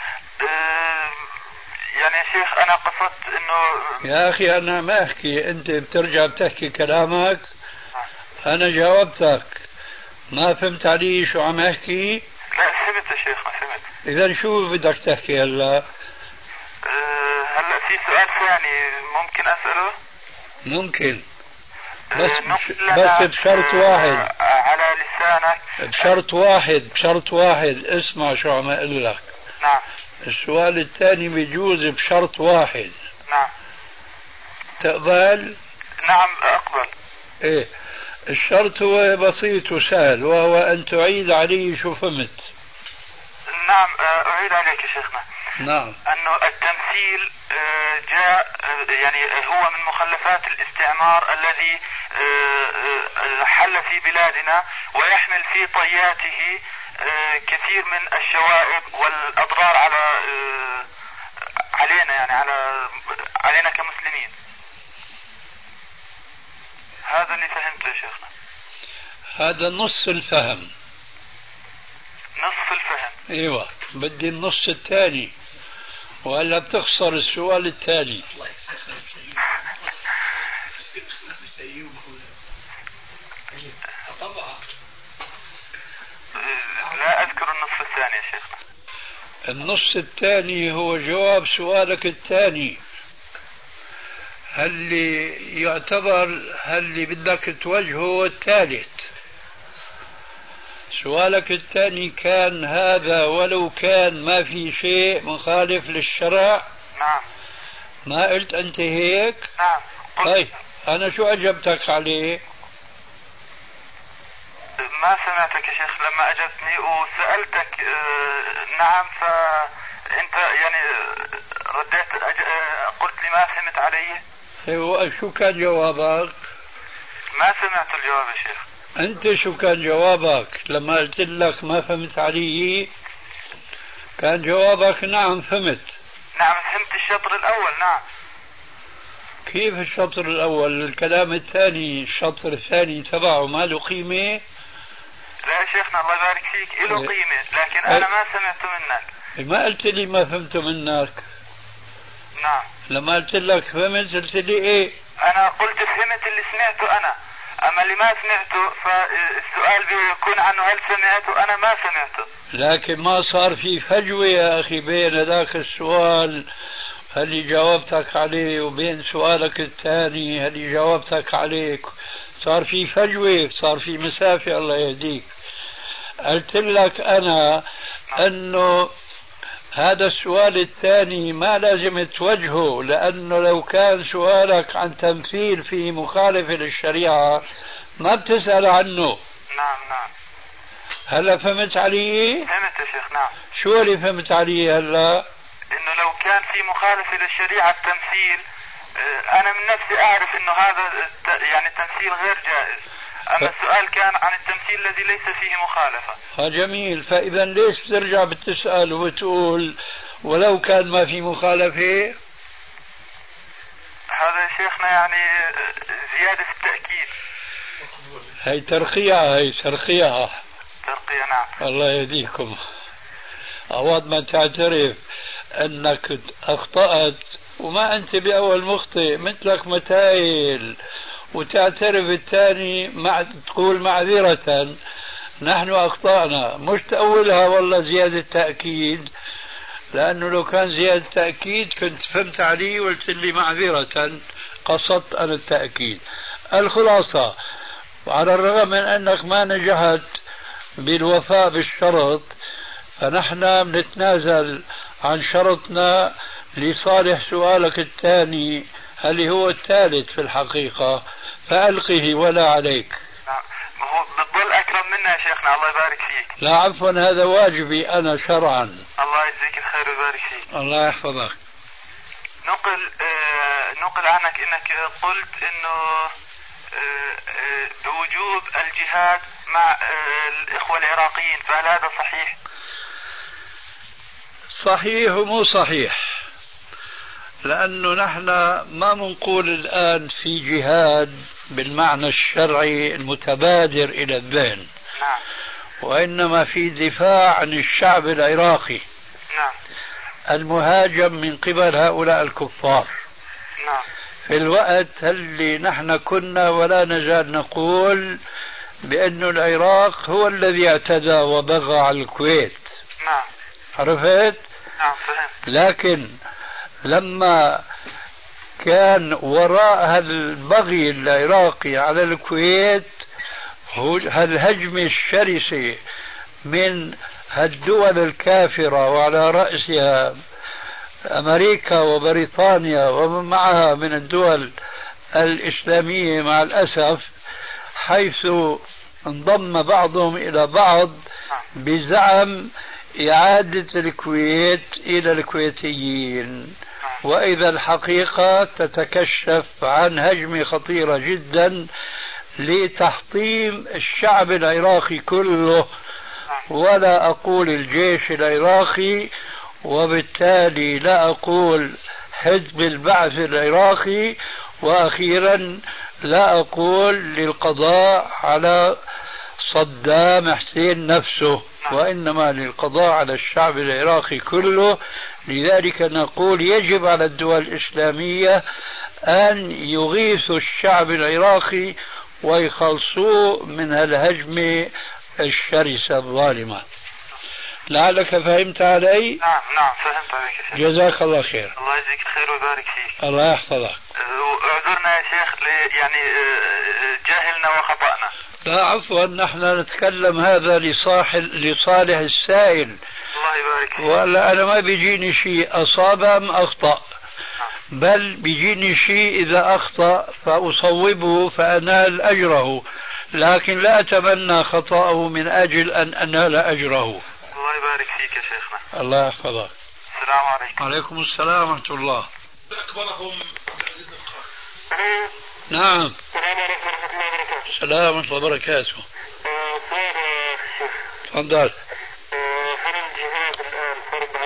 يعني يا شيخ أنا قصدت إنه يا أخي أنا ما أحكي، أنت بترجع بتحكي كلامك. أنا جاوبتك، ما فهمت علي شو عم أحكي؟ لا فهمت يا شيخ، ما فهمت. إذا شو بدك تحكي هلا؟ هلا في سؤال ثاني ممكن أسأله؟ ممكن، بس بشرط واحد. على لسانك. بشرط واحد، اسمع شو عم أقول لك. نعم. السؤال الثاني بيجوز بشرط واحد. نعم. تقبل؟ نعم أقبل. إيه، الشرط هو بسيط وسهل، وهو أن تعيد علي شو فهمت. نعم أعيد عليك يا شيخنا. نعم. أنه التمثيل جاء يعني هو من مخلفات الاستعمار الذي حل في بلادنا، ويحمل في طياته كثير من الشوائب والأضرار علينا، يعني علينا كمسلمين. هذا اللي فهمته يا شيخنا. هذا نص الفهم. نصف الفهم. ايوه، بدي النص الثاني، وهلا بتخسر السؤال الثاني. لا أذكر النصف الثاني يا شيخنا. النص الثاني هو جواب سؤالك الثاني. هل اللي بدك توجهه هو الثالث. سؤالك الثاني كان هذا ولو كان ما في شيء مخالف للشرع. نعم. ما قلت أنت هيك؟ نعم. طيب أنا شو أجبتك عليه؟ ما سمعتك يا شيخ لما أجبتني وسألتك. نعم، فأنت يعني رديت قلت لي ما فهمت علي. ايوه، شو كان جوابك؟ ما سمعت الجواب يا شيخ. أنت شو كان جوابك لما قلت لك ما فهمت علي؟ كان جوابك نعم فهمت. نعم فهمت الشطر الأول. نعم. كيف الشطر الأول؟ الكلام الثاني الشطر الثاني تبعه ما له قيمة؟ لا يا شيخنا الله يبارك فيك له قيمة، لكن أنا ما سمعت منك. ما قلت لي ما فهمت منك. نعم. لما قلت لك فهمت قلت لي ايه؟ أنا قلت فهمت اللي سمعته أنا، أما اللي ما سمعته فالسؤال بيكون عنه هل سمعته. أنا ما سمعته. لكن ما صار في فجوة يا أخي بين ذاك السؤال اللي جاوبتك عليه وبين سؤالك الثاني اللي جاوبتك عليه. صار في فجوة، صار في مسافة. الله يهديك. قلت لك أنا أنه هذا السؤال الثاني ما لازم توجهه، لأنه لو كان سؤالك عن تمثيل في مخالفة للشريعة ما بتسأل عنه. نعم نعم. هلا فهمت علي؟ فهمت يا شيخ. نعم. شو اللي فهمت علي هلا؟ انه لو كان في مخالفة للشريعة التمثيل، انا من نفسي اعرف انه هذا يعني التمثيل غير جائز، اما السؤال كان عن التمثيل الذي ليس فيه مخالفة. جميل. فاذا ليش ترجع بتسأل وتقول ولو كان ما في مخالفة؟ هذا يا شيخنا يعني زيادة في التأكيد. هي ترقية، هي ترقية. ترقية. نعم. الله يهديكم. أود ما تعترف أنك أخطأت وما أنت بأول مخطئ، مثلك متايل، وتعترف الثاني تقول معذرة نحن أخطأنا، مش تأولها والله زيادة تأكيد، لأنه لو كان زيادة تأكيد كنت فهمت علي وقلت لي معذرة، قصدت أنا التأكيد. الخلاصة، على الرغم من أنك ما نجحت بالوفاء بالشرط، فنحن بنتنازل عن شرطنا لصالح سؤالك الثاني اللي هو الثالث في الحقيقة، فألقه ولا عليك. هو بتضل أكرم منا يا شيخنا. الله يبارك فيك. لا عفوا، هذا واجبي أنا شرعا. الله يجزيك الخير ويبارك فيك. الله يحفظك. نقل عنك انك قلت انه بوجوب الجهاد مع الإخوة العراقيين، فهل هذا صحيح؟ صحيح ومو صحيح، لأنه نحن ما منقول الآن في جهاد بالمعنى الشرعي المتبادر إلى الذهن. نعم. وإنما في دفاع عن الشعب العراقي. نعم. المهاجم من قبل هؤلاء الكفار. نعم. في الوقت اللي نحن كنا ولا نزال نقول بأن العراق هو الذي اعتدى وبغى على الكويت. نعم. عرفت؟ نعم فهمت. لكن لما كان وراء هالبغي العراقي على الكويت هالهجمة الشرسة من هالدول الكافرة وعلى رأسها أمريكا وبريطانيا ومن معها من الدول الإسلامية مع الأسف، حيث انضم بعضهم إلى بعض بزعم إعادة الكويت إلى الكويتيين، وإذا الحقيقة تتكشف عن هجمة خطيرة جدا لتحطيم الشعب العراقي كله، ولا أقول الجيش العراقي، وبالتالي لا أقول حزب البعث العراقي، وأخيرا لا أقول للقضاء على صدام حسين نفسه، وإنما للقضاء على الشعب العراقي كله. لذلك نقول يجب على الدول الإسلامية أن يغيثوا الشعب العراقي ويخلصوه من الهجمة الشرسة الظالمة. لعلك فهمت علي؟ نعم نعم فهمت عليك يا شيخ. جزاك الله خير. الله يجزيك الخير ويبارك فيك. الله يحفظك. اعذرنا يا شيخ يعني جاهلنا وخطأنا. لا عفوا، نحن نتكلم هذا لصالح السائل. الله يبارك فيك. ولا أنا ما بيجيني شيء أصاب أم أخطأ، بل بيجيني شيء إذا أخطأ فأصوبه فأنال أجره، لكن لا أتمنى خطأه من أجل أن أنال أجره. الله يبارك فيك يا شيخنا. الله يحفظك. السلام عليكم. وعليكم السلام ورحمة الله. أكبرهم. نعم. السلام عليكم ورحمة الله وبركاته. السلام ورحمة الله وبركاته. سؤال يا شيخ. تفضل. هل الجهاد الآن فرض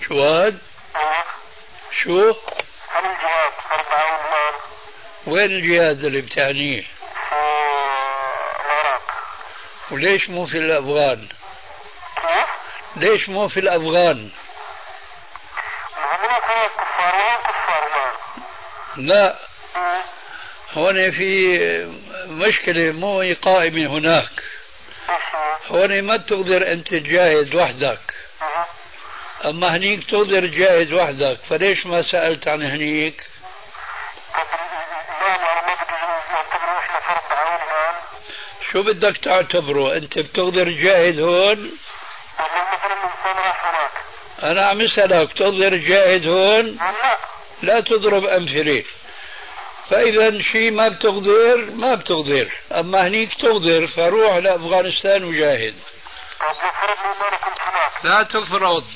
شو هاد؟ شو؟ عن الجهاد فرض عين المال. وين الجهاد اللي بتعنيه؟ في العراق. وليش مو في الأفغان؟ كيف؟ ليش مو في الأفغان؟ هناك كفار وين كفار مال؟ لا، هون في مشكلة مو قائمة هناك. هون ما تقدر أنت تجاهد وحدك، أما هنيك تقدر تجاهد وحدك. فليش ما سألت عن هنيك؟ شو بدك تعتبره؟ أنت بتقدر تجاهد هون؟ أنا عم أسألك تقدر تجاهد هون؟ لا تضرب أمثلة. فإذا شيء ما بتقدر، أما هنيك تقدر، فروح لأفغانستان وجاهد. لا تفرض،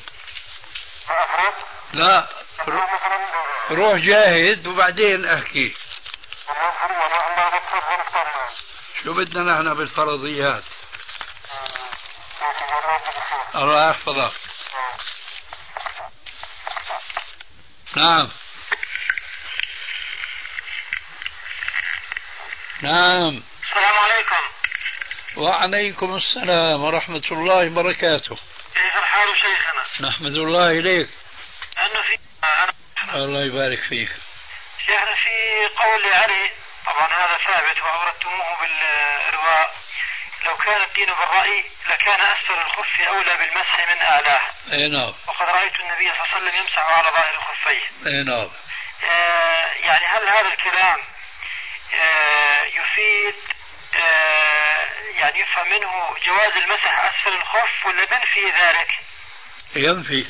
لا روح جاهد وبعدين احكي. شو بدنا نحن بالفرضيات؟ الله يحفظك. نعم نعم. السلام عليكم. وعليكم السلام ورحمة الله وبركاته. كيف الحال شيخنا؟ نحمد الله إليك. أنه في الله يبارك فيك. شيخنا في قول علي، طبعا هذا ثابت وأوردتموه بالرواء: لو كان الدين بالرأي لكان أسفل الخف أولى بالمسح من أعلاه. أي نعم. وقد رأيت النبي صلى الله عليه وسلم يمسح على ظاهر خفيه. أي نعم. يعني هل هذا الكلام يفيد يعني يفهم منه جواز المسح أسفل الخف ولا ينفي ذلك؟ ينفي.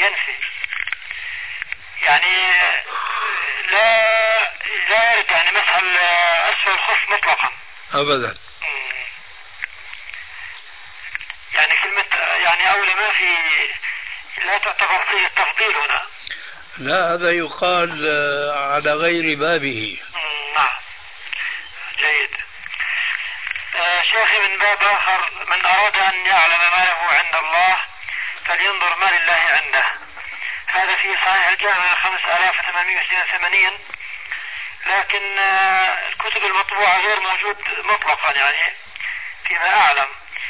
يعني لا يرد يعني مسح أسفل الخف مطلقا أبدا. يعني كلمة يعني أولى ما في، لا تعتبر فيه التفضيل هنا. لا، هذا يقال على غير بابه. نعم جيد. شيخي من باب آخر: من أراد أن يعلم ما له عند الله فلينظر ما لله عنده. هذا في صحيح الجامع 5882، لكن الكتب المطبوعة غير موجود مطلقا يعني فيما أعلم.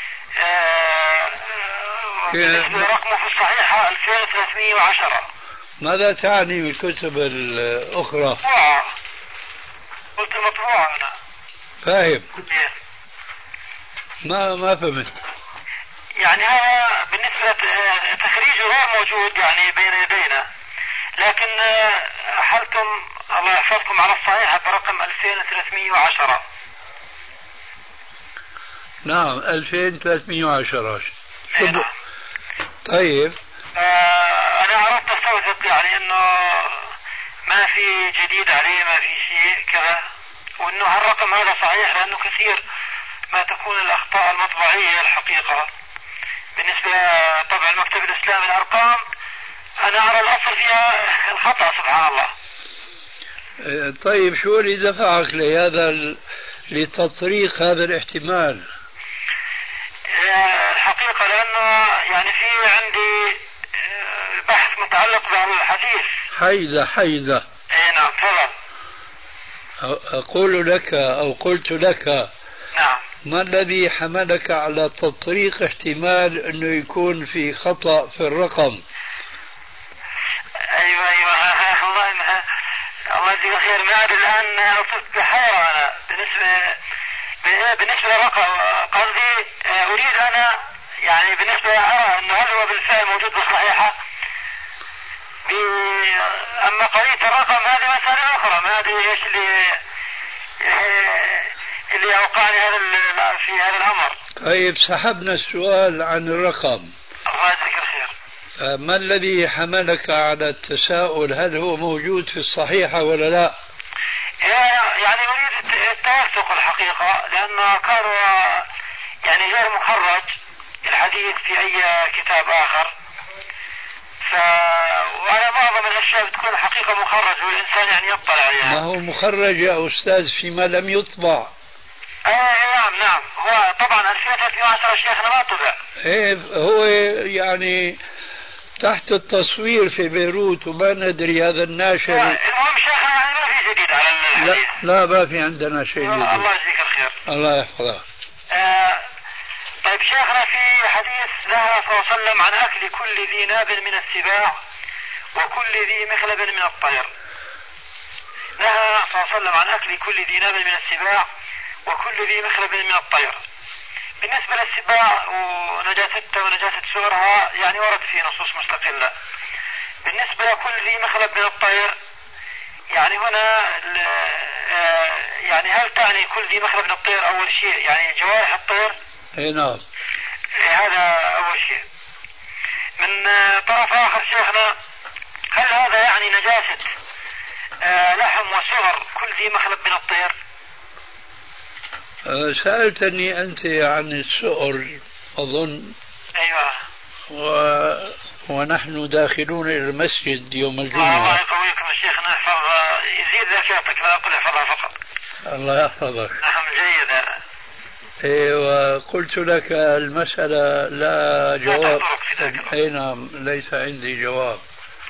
رقمه في الصحيحة 2310. ماذا تعني بالكتب الأخرى؟ قلت المطبوعة أنا. فاهم. ما فهمت. يعني هذا بالنسبة تخريجه غير موجود يعني بين يدينا، لكن حلتم الله يحفظكم على الصحيحة برقم 2310. نعم 2310. نعم. طيب أنا أردت أستوثق يعني إنه ما في جديد عليه، ما في شيء كذا، وإنه هالرقم هذا صحيح، لأنه كثير ما تكون الأخطاء المطبعية الحقيقة بالنسبة طبع المكتب الإسلامي. الأرقام أنا أرى الأصل فيها الخطأ سبحان الله. طيب شو اللي دفعك لهذا لتطريق هذا الاحتمال؟ الحقيقة لأنه يعني في عندي بحث متعلق بهذا الحديث. حيدة. اي نعم تفضل. أقول لك أو قلت لك نعم ما الذي حملك على تطريق احتمال أنه يكون في خطأ في الرقم؟ أيوة الله يجزيك خير. ما أدري الآن أصبت بحيرة أنا بالنسبة للرقم. قصدي أريد أنا يعني بالنسبة أرى أنه هل هو بالفعل موجود بالصحيحة، أما قضية الرقم هذه مسألة أخرى. ما أدري إيش اللي أوقعني في هذا الأمر. طيب سحبنا السؤال عن الرقم. الله يجزيك الخير. ما الذي حملك على التساؤل هل هو موجود في الصحيحة ولا لا؟ يعني أريد التوثق الحقيقة، لأنه كان يعني غير مخرج الحديث في أي كتاب آخر. وأنا معظم الأشياء بتكون الحقيقة مخرج والإنسان يعني يطلع عليها. ما هو مخرج يا أستاذ فيما لم يطبع. نعم هو طبعا 2310 شيخنا ما طبع. هو يعني تحت التصوير في بيروت وما ندري هذا الناشر. المهم شيخنا ما في جديد على الحديث. لا ما في عندنا شيء جديد. الله يجزيك الخير. الله يحفظك. طيب شيخنا في حديث نهى صلى الله عليه وسلم عن أكل كل ذي ناب من السباع وكل ذي مخلب من الطير. نهى صلى الله عليه وسلم عن أكل كل ذي ناب من السباع وكل ذي مخلب من الطير. بالنسبة للسباع ونجاستها ونجاسة سورها يعني ورد في نصوص مستقلة. بالنسبة لكل ذي مخلب من الطير يعني هنا يعني هل تعني كل ذي مخلب من الطير أول شيء يعني جوارح الطير؟ اي نعم. هذا أول شيء. من طرف آخر شيخنا هل هذا يعني نجاسة لحم وسعر كل ذي مخلب من الطير؟ سألتني أنت عن السؤر أظن. أيوة. ونحن داخلون إلى المسجد يوم الجمعة. الله يقويكم شيخنا، يزيد ذاكرتك لا أقول احفظها فقط. الله يحفظك. نعم جيد. وقلت لك المسألة لا جواب. أي نعم ليس عندي جواب.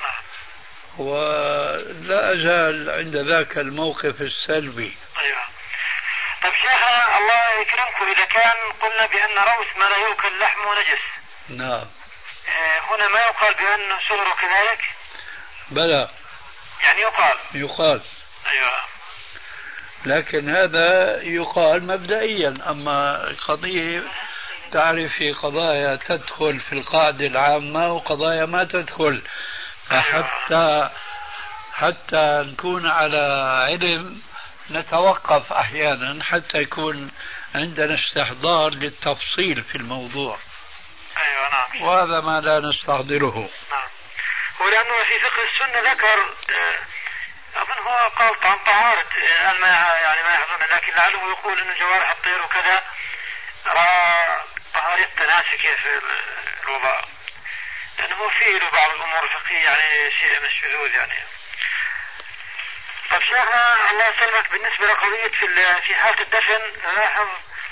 ولا أزال عند ذاك الموقف السلبي. أيوة. طيب شيخنا الله يكرمكم إذا كان قلنا بأن روث ما لا يؤكل لحمه نجس. نعم. هنا ما يقال بأن سعره كذلك؟ بلى. يعني يقال. أيوة. لكن هذا يقال مبدئيا، أما قضية تعرف في قضايا تدخل في القاعدة العامة وقضايا ما تدخل، حتى نكون على علم نتوقف أحيانا حتى يكون عندنا استحضار للتفصيل في الموضوع. أيوة نعم. وهذا ما لا نستحضره. نعم. ولأنه في فقه السنة ذكر أظن هو قال عن طهارة ما يعني ما يحضرنا، لكن لعله يقول أن جوارح الطير وكذا طهارة تناسكية في الوضوء، لأنه فيه له بعض الأمور الفقهية يعني شيء من الشذوذ يعني. طيب شيخنا الله يسلمك بالنسبة لقضية في حالة الدفن نلاحظ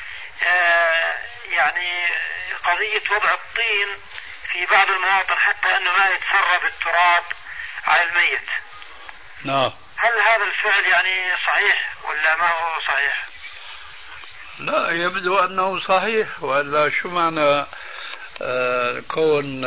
يعني قضية وضع الطين في بعض المواطن حتى أنه ما يتسرب التراب على الميت. نعم. هل هذا الفعل يعني صحيح ولا ما هو صحيح؟ لا يبدو أنه صحيح، ولا شو معنى كون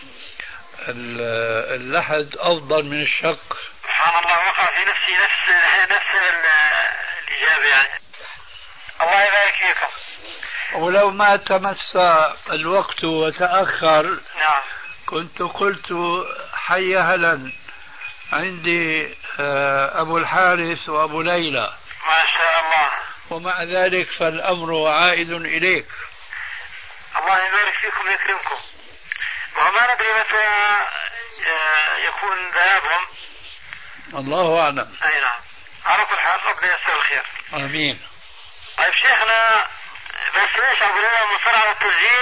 اللحد أفضل من الشق؟ سبحان الله، وقع في نفسي نفس الإجابة يعني. الله يبارك فيكم. ولو ما تمس الوقت وتأخر نعم كنت قلت حي هلا عندي أبو الحارث وأبو ليلى ما شاء الله. ومع ذلك فالأمر عائد إليك. الله يبارك فيكم ويكرمكم. وما ندري متى يكون ذهابهم. الله أعلم. أي نعم. على كل حال ربنا ييسر الخير. آمين. طيب شيخنا بس ليش أقول لهم مصر على التسجيل؟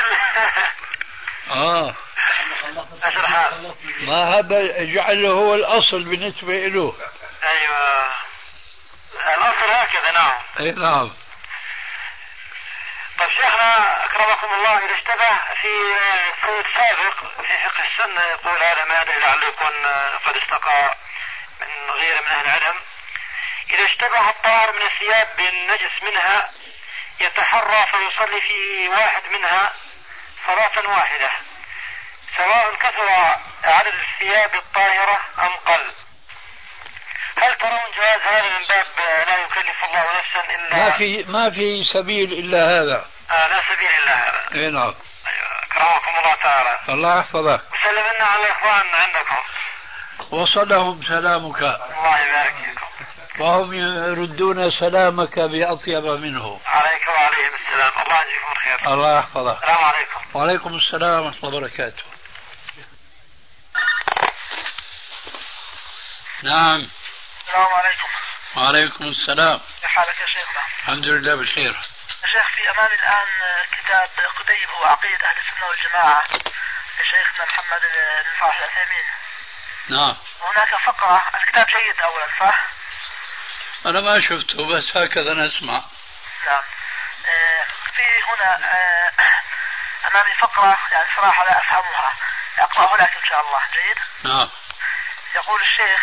ما هذا جعله هو الأصل بالنسبة له. أيوة الأصل هكذا. نعم. أي نعم. طيب شيخنا أكرمكم الله، إذا اشتبه في سيد سابق في فقه السنة يقول هذا ما يدري لعله يكون قد استقى من غير من أهل العلم، إذا اشتبه الطاهر من الثياب بالنجس منها يتحرى فيصلي في واحد منها صلاة واحدة سواء كثر عدد الثياب الطاهرة أم قل. هل ترون جواز هذا من باب لا يكلف الله نفسا إلا ما في سبيل إلا هذا؟ لا سبيل إلا هذا. اي نعم. أكرمكم الله تعالى. الله يحفظك. وسلم لنا على الإخوان عندكم. وصلهم سلامك. الله يبارك فيكم. وهم يردون سلامك بأطيب منه. عليك وعليهم السلام. الله يجزيكم الخير. الله يحفظك. السلام عليكم. وعليكم السلام ورحمة الله وبركاته. نعم. السلام عليكم. وعليكم السلام. كيف حالك يا شيخنا؟ الحمد لله بخير. يا شيخ في أمامي الآن كتاب قديم هو عقيدة أهل السنة والجماعة لشيخنا محمد بن صالح العثيمين. نعم. هناك فقرة، الكتاب جيد أولا صح؟ أنا ما شفته بس هكذا نسمع. نعم. في هنا أمامي فقرة يعني صراحة لا أفهمها، أقرأه لك إن شاء الله. جيد. نعم. يقول الشيخ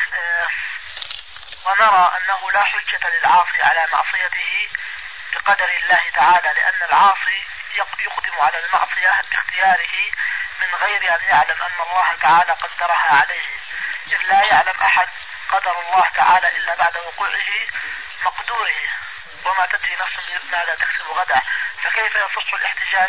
ونرى أنه لا حجة للعاصي على معصيته بقدر الله تعالى، لأن العاصي يقدم على المعصية باختياره من غير أن يعلم أن الله تعالى قدرها عليه، إذ لا يعلم أحد قدر الله تعالى إلا بعد وقوعه مقدوره، وما تدري نفس ماذا تكسب غدا. فكيف يصح الاحتجاج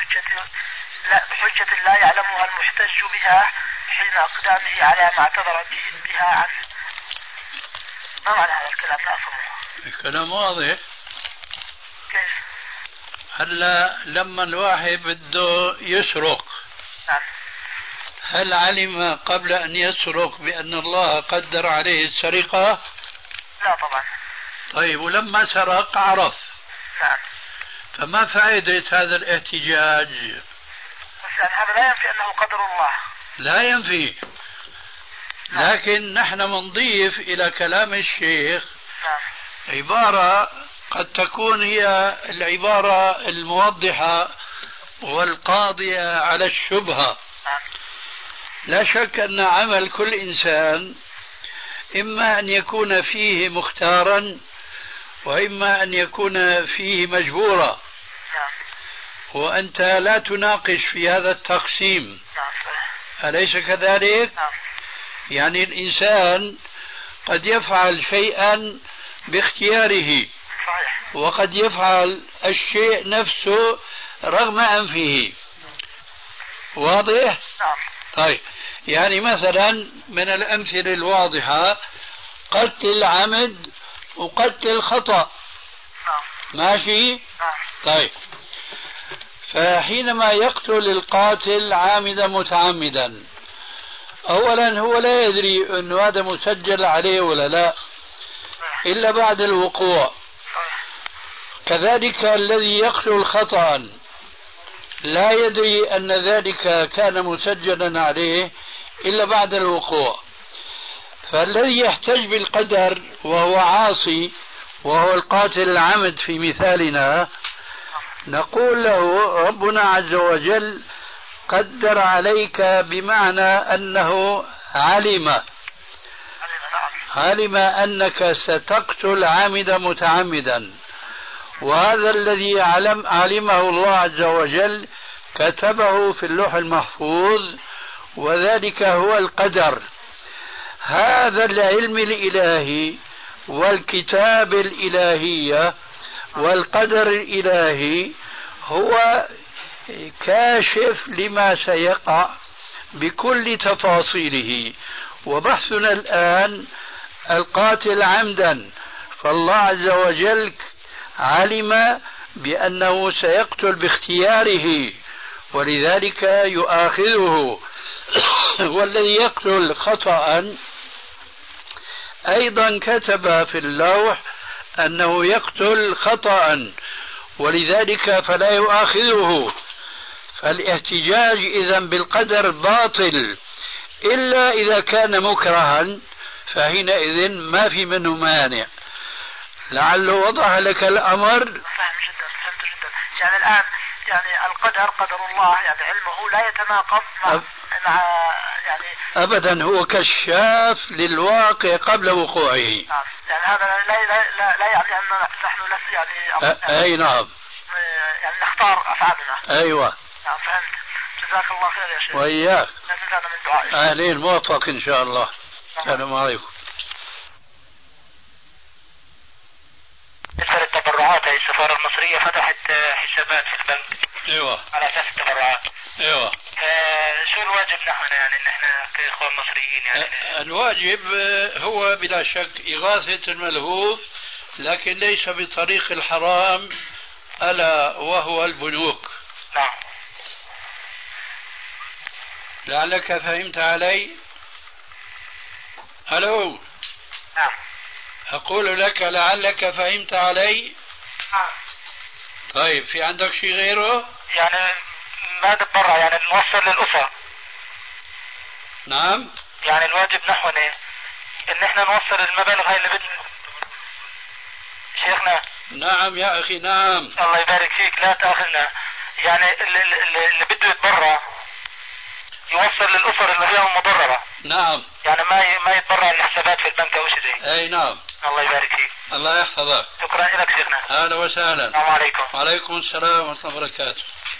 بحجة لا يعلمها المحتج بها حين أقدامه على ما اعتذر بها عنه؟ ما معنى هذا الكلام؟ لا أفهمه. الكلام واضح. كيف؟ هلا لما الواحد بده يسرق، نعم، هل علم قبل أن يسرق بأن الله قدر عليه السرقة؟ لا طبعا. طيب، ولما سرق عرف. نعم. فما فائدة هذا الاحتجاج؟ بس يعني هذا لا ينفي أنه قدر الله. لا ينفي. لكن نحن نضيف إلى كلام الشيخ عبارة قد تكون هي العبارة الموضحة والقاضية على الشبهة. لا شك أن عمل كل إنسان إما أن يكون فيه مختارا وإما أن يكون فيه مجبورا، وأنت لا تناقش في هذا التقسيم، أليس كذلك؟ يعني الإنسان قد يفعل شيئا باختياره وقد يفعل الشيء نفسه رغم أنفه. واضح؟ طيب، يعني مثلا من الأمثلة الواضحة قتل العمد وقتل الخطأ. ماشي؟ طيب، فحينما يقتل القاتل عامدا متعمدا، أولا هو لا يدري أن هذا مسجل عليه ولا لا إلا بعد الوقوع. كذلك الذي يقتل خطأ لا يدري أن ذلك كان مسجلا عليه إلا بعد الوقوع. فالذي يحتج بالقدر وهو عاصي وهو القاتل العمد في مثالنا، نقول له ربنا عز وجل قدر عليك بمعنى أنه علم أنك ستقتل عامدا متعمدا، وهذا الذي علمه الله عز وجل كتبه في اللوح المحفوظ، وذلك هو القدر. هذا العلم الإلهي والكتاب الإلهية والقدر الإلهي هو كاشف لما سيقع بكل تفاصيله. وبحثنا الآن القاتل عمدا، فالله عز وجل علم بأنه سيقتل باختياره ولذلك يؤاخذه. والذي يقتل خطأ أيضا كتب في اللوح أنه يقتل خطأ ولذلك فلا يؤاخذه. فالاحتجاج إذن بالقدر باطل إلا إذا كان مكرها، فحينئذ ما في منه مانع. لعله وضح لك الأمر. فهم جدا، فهمت جدا. يعني الآن يعني القدر قدر الله، يعني علمه لا يتناقض مع يعني أبدا، هو كشاف للواقع قبل وقوعه. يعني هذا لا يعني أن نحن يعني أي نعم، يعني نختار أفعالنا. أيوة نعم، فهمت. جزاك الله خير يا شيخ. وإياك. لا تنسانا من دعائك. أهلين، موفق إن شاء الله. السلام عليكم. بالنسبة للتبرعات، هي السفارة المصرية فتحت حسابات في البنك. ايوه. على اساس التبرعات. ايوه. شو الواجب نحن يعني ان احنا كاخوان مصريين يعني؟ الواجب هو بلا شك إغاثة الملهوف، لكن ليس بطريق الحرام، ألا وهو البنوك. نعم. لعلك فهمت علي؟ ألو. نعم. أقول لك لعلك فهمت علي؟ نعم. طيب، في عندك شيء غيره؟ يعني ما نتبرع، يعني نوصل للأسر. نعم. يعني الواجب نحونا ان احنا نوصل المبالغ هاي اللي شيخنا. نعم يا أخي، نعم. الله يبارك فيك، لا تأخذنا. يعني اللي بده يتبرع يوصل للأسر اللي هي المضررة. نعم. يعني ما يتبرع للحسابات في البنك أو شيء زي. أي نعم. الله يبارك فيك. الله يحفظك. شكرا لك شيخنا. أهلا وسهلا. السلام عليكم. وعليكم السلام ورحمة الله وبركاته.